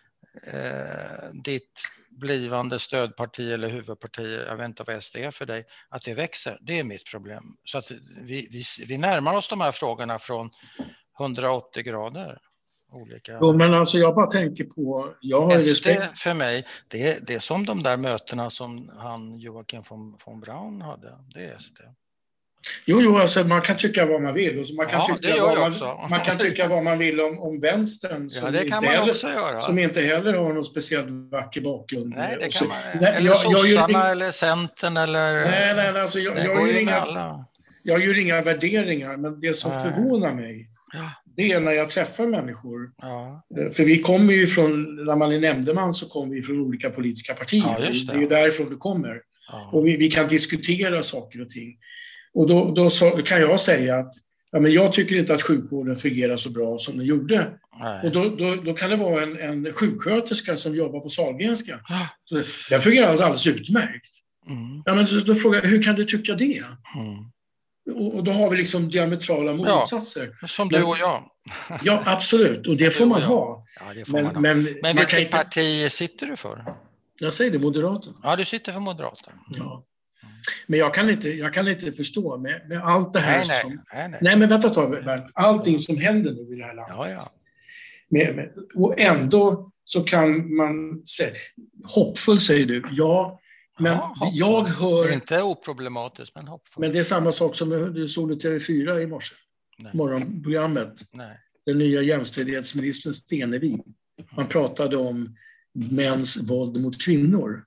ditt blivande stödparti eller huvudparti, jag vet inte vad SD är för dig, att det växer. Det är mitt problem. Så att vi närmar oss de här frågorna från 180 grader. Olika. Jo, men alltså jag bara tänker på... SD för mig, det är som de där mötena som Joakim von Braun hade. Det är SD. Jo, alltså man kan tycka vad man vill. Man kan tycka vad man vill om vänstern. Det kan man också göra. Som inte heller har någon speciellt vacker bakgrund. Nej, det kan man. Eller sossarna eller Centern eller... Nej, alltså jag gör inga värderingar, men det som förvånar mig, det är när jag träffar människor. Ja. För vi kommer ju från, när man är nämndeman så kommer vi från olika politiska partier. Ja, det är ju därifrån det kommer. Ja. Och vi kan diskutera saker och ting. Och då kan jag säga att men jag tycker inte att sjukvården fungerar så bra som den gjorde. Nej. Och då kan det vara en sjuksköterska som jobbar på Sahlgrenska. Så den fungerar alldeles utmärkt. Ja, men då frågar jag, hur kan du tycka det? Och då har vi liksom diametrala motsatser. Ja, som du och jag. Ja, absolut. Och det får man ha. Ja, det får man ha. Men vilket parti sitter du för? Jag säger det, Moderaterna. Ja, du sitter för Moderaterna. Ja. Men jag kan inte förstå med allt det här Nej, men vänta ett tag, allting som händer nu i det här landet. Ja. Och ändå så kan man säga, hoppfull säger du, men jag hör... Inte oproblematiskt, men hoppfull. Men det är samma sak som du såg i TV4 i morse. Morgonprogrammet. Nej. Den nya jämställdhetsministern Stenevi. Man pratade om mäns våld mot kvinnor.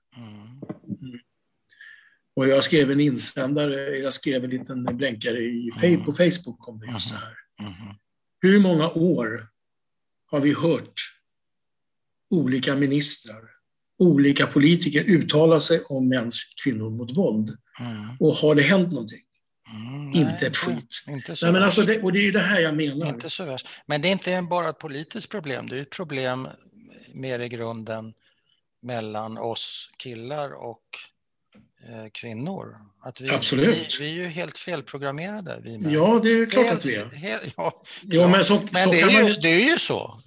Och jag skrev en insändare, jag skrev en liten blänkare på Facebook om just det här. Hur många år har vi hört olika ministrar, olika politiker uttala sig om mäns kvinnor mot våld? Och har det hänt någonting? Inte ett skit. Inte men alltså och det är ju det här jag menar. Inte så värst. Men det är inte bara ett politiskt problem, det är ett problem mer i grunden mellan oss killar och kvinnor. Att Absolut. Vi är ju helt felprogrammerade. Vi män. Ja, det är klart att vi är. Ja, men så det, kan man... det är ju så.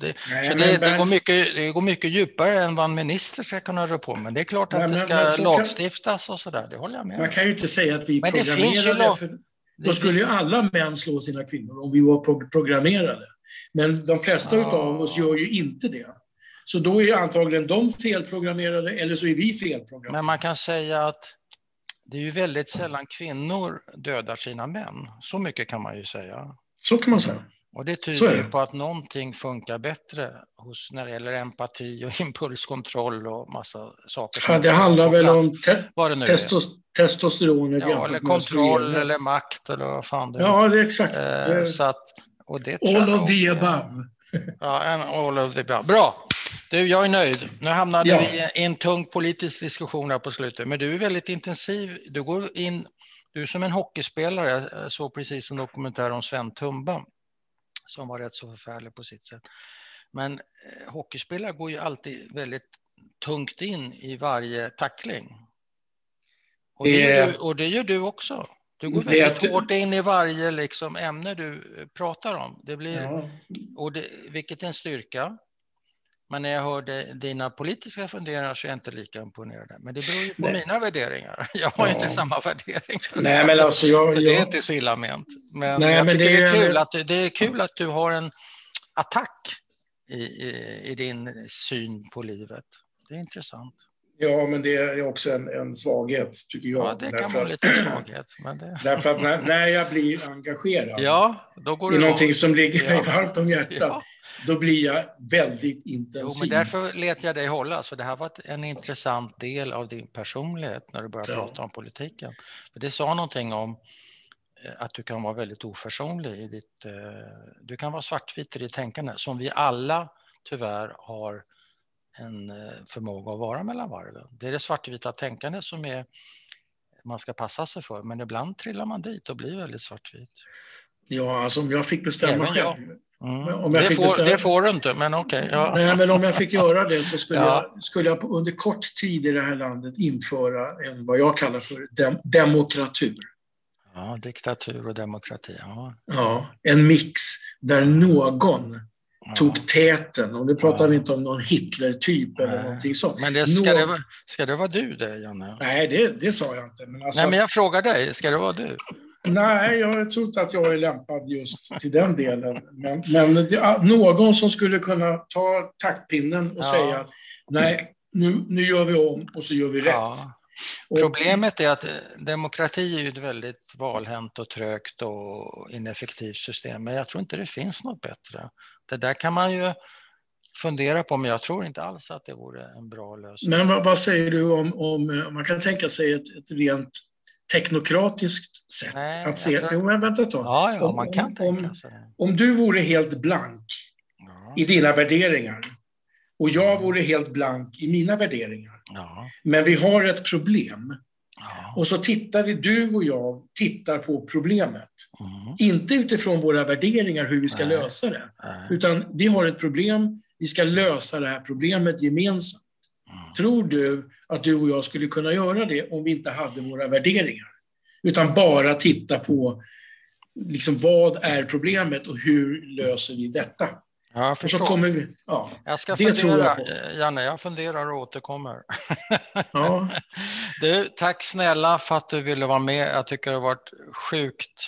Det går mycket djupare än vad en minister ska kunna rå på. Men det är klart att det ska lagstiftas och sådär. Det håller jag med. Man kan ju inte säga att vi är programmerade. För då skulle ju alla män slå sina kvinnor om vi var programmerade. Men de flesta av oss gör ju inte det. Så då är antagligen de felprogrammerade eller så är vi felprogrammerade. Men man kan säga att det är ju väldigt sällan kvinnor dödar sina män. Så mycket kan man ju säga. Så kan man säga. Och det tyder ju på att någonting funkar bättre när det gäller empati och impulskontroll och massa saker. Ja, det handlar väl om testosteron. Eller kontroll eller makt eller vad fan det är. Ja, det är exakt. Så att, och det all of the above. Ja, all of the above. Bra. Du, jag är nöjd. Nu hamnade vi i en tung politisk diskussion här på slutet. Men du är väldigt intensiv. Du är som en hockeyspelare. Jag såg precis en dokumentär om Sven Tumba som var rätt så förfärlig på sitt sätt. Men hockeyspelare går ju alltid väldigt tungt in i varje tackling. Och det gör du också. Du går väldigt hårt in i varje ämne du pratar om. Det blir, vilket är en styrka. Men när jag hörde dina politiska funderingar så är jag inte lika imponerad. Men det beror ju på mina värderingar. Jag har inte samma värderingar. Nej, men alltså så det är inte så illa ment. Men jag tycker det är kul att du har en attack i din syn på livet. Det är intressant. Ja, men det är också en svaghet, tycker jag. Ja, det kan vara lite svaghet. Men det... Därför att när jag blir engagerad då går det i någonting som ligger mig varmt om hjärtat, då blir jag väldigt intensiv. Jo, men därför lät jag dig hålla. Så det här var en intressant del av din personlighet när du började prata om politiken. För det sa någonting om att du kan vara väldigt oförsonlig i ditt... Du kan vara svartvit i ditt tänkande, som vi alla tyvärr har en förmåga att vara mellan varven. Det är det svartvita tänkande som man ska passa sig för. Men ibland trillar man dit och blir väldigt svartvit. Ja, alltså om jag fick bestämma själv. Det får du inte, men okej. Ja. Nej, men om jag fick göra det så skulle jag under kort tid i det här landet införa vad jag kallar för demokratur. Ja, diktatur och demokrati. Ja, en mix där någon tog täten. Och nu pratar vi inte om någon Hitler-typ eller någonting sånt. Men ska det vara du det, Janne? Nej, det sa jag inte. Men Nej, men jag frågar dig, ska det vara du? Nej, jag tror inte att jag är lämpad just till den delen. Men någon som skulle kunna ta taktpinnen och säga nej, nu gör vi om och så gör vi rätt. Problemet är att demokrati är ju ett väldigt valhänt och trögt och ineffektivt system. Men jag tror inte det finns något bättre. Det där kan man ju fundera på, men jag tror inte alls att det vore en bra lösning. Men vad säger du om man kan tänka sig ett rent teknokratiskt sätt att se? Vänta ett tag. Ja, man kan tänka sig. Om du vore helt blank i dina värderingar och jag vore helt blank i mina värderingar. Men vi har ett problem. Och så du och jag tittar på problemet. Inte utifrån våra värderingar hur vi ska lösa det. Utan vi har ett problem, vi ska lösa det här problemet gemensamt. Tror du att du och jag skulle kunna göra det om vi inte hade våra värderingar? Utan bara titta på vad är problemet och hur löser vi detta? Ja, jag förstår. Och så kommer vi, jag ska fundera, Janne, jag funderar och återkommer. Du, tack snälla för att du ville vara med. Jag tycker det har varit sjukt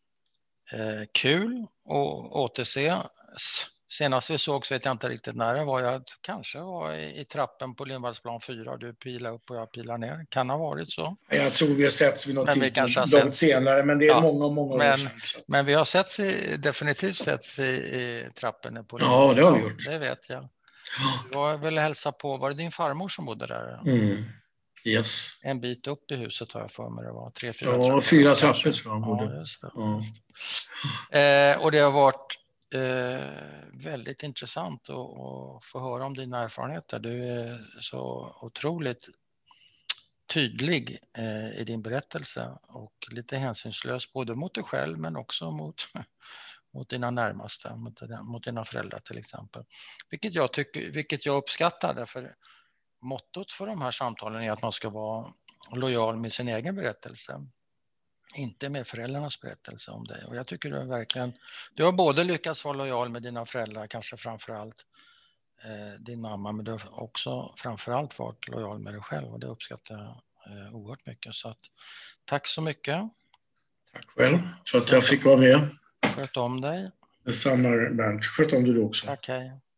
kul att återse. Senast vi sågs vet jag inte riktigt när det var. Jag kanske var i trappen på Lindvallsplan 4. Du pilar upp och jag pilar ner. Kan ha varit så. Jag tror vi har setts vid något långt senare, men det är många år sedan. Men vi har definitivt setts i trappen på Lindvallsplan. Ja, det har vi gjort. Det vet jag. Jag ville hälsa på, var det din farmor som bodde där? Yes. En bit upp i huset har jag för mig det var. 3-4 trappor. 4 trappor tror jag bodde. Ja, just det. Och det har varit väldigt intressant att få höra om dina erfarenheter. Du är så otroligt tydlig i din berättelse och lite hänsynslös både mot dig själv men också mot dina närmaste, mot dina föräldrar till exempel. Vilket jag uppskattar, därför mottot för de här samtalen är att man ska vara lojal med sin egen berättelse. Inte med föräldrarnas berättelse om dig. Och jag tycker du har både lyckats vara lojal med dina föräldrar, kanske framförallt din mamma, men du har också framförallt varit lojal med dig själv, och det uppskattar jag oerhört mycket. Så att, tack så mycket. Tack själv för att jag fick vara med. Sköt om dig. Detsamma, Bernt. Sköt om du också. Tack, hej.